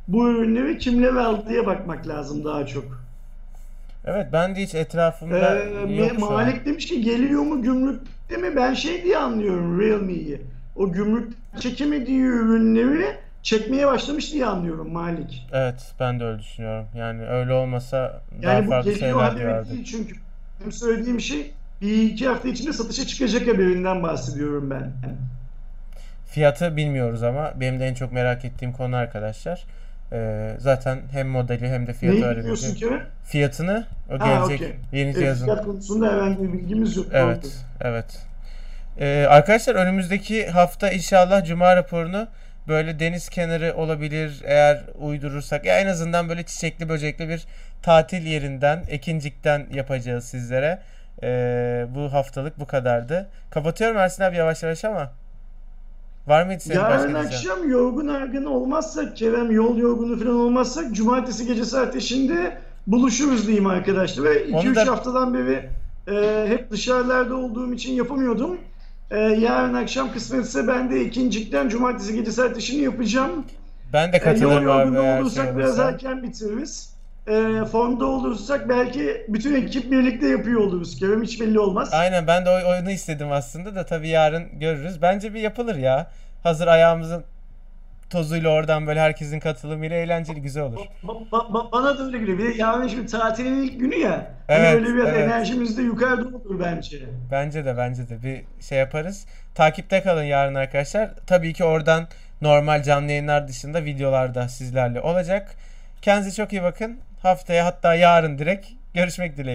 bu ürünleri kimler aldıya bakmak lazım daha çok. Evet, ben de hiç etrafımda Ee, yok şu an. Malik demiş ki geliyor mu gümrükte mi? Ben şey diye anlıyorum Realme'yi. O gümrük çekemediği ürünleri çekmeye başlamış diye anlıyorum Malik. Evet, ben de öyle düşünüyorum. Yani öyle olmasa daha Yani bu farklı geliyor şeyler haberi duyardık. değil çünkü benim söylediğim şey bir iki hafta içinde satışa çıkacak haberinden bahsediyorum ben. Fiyatı bilmiyoruz ama benim de en çok merak ettiğim konu arkadaşlar. Ee, zaten hem modeli hem de fiyatı Neyi öğrenince biliyorsun Kerem? fiyatını o Ha, gelecek okey. yeni E, cihazın. fiyat konusunda herhangi bir bilgimiz yok. Evet, Doğru. evet. Ee, arkadaşlar önümüzdeki hafta inşallah Cuma raporunu böyle deniz kenarı olabilir eğer uydurursak. Ya en azından böyle çiçekli böcekli bir tatil yerinden, Ekincik'ten yapacağız sizlere. Ee, bu haftalık bu kadardı. Kapatıyorum Ersin abi yavaş yavaş ama. Var mıydı senin başka Yarın diyeceğin? akşam yorgun argın olmazsak, Kerem yol yorgunu falan olmazsak cumartesi gecesi ateşinde buluşuruz diyeyim arkadaşlar. Ve iki Onu üç da haftadan beri e, hep dışarılarda olduğum için yapamıyordum. E, yarın akşam kısmetse ben de ikincikten cumartesi gecesi ateşini yapacağım. ben de E, yol katılırım abi yorgunu eğer şey olursak biraz olursa. erken bitiririz. E, formda olursak belki bütün ekip birlikte yapıyor oluruz. Kerem hiç belli olmaz. Aynen ben de o oyunu istedim aslında da tabii yarın görürüz. Bence bir yapılır ya. Hazır ayağımızın tozuyla oradan böyle herkesin katılımıyla eğlenceli güzel olur. Ba- ba- ba- bana da öyle geliyor. Bir de yarın şimdi tatilin ilk günü ya. Hani Evet, böyle biraz evet. enerjimiz de yukarıda olur bence. Bence de bence de bir şey yaparız. Takipte kalın yarın arkadaşlar. Tabii ki oradan normal canlı yayınlar dışında videolar da sizlerle olacak. Kendinize çok iyi bakın. Haftaya hatta yarın direkt görüşmek dileğiyle.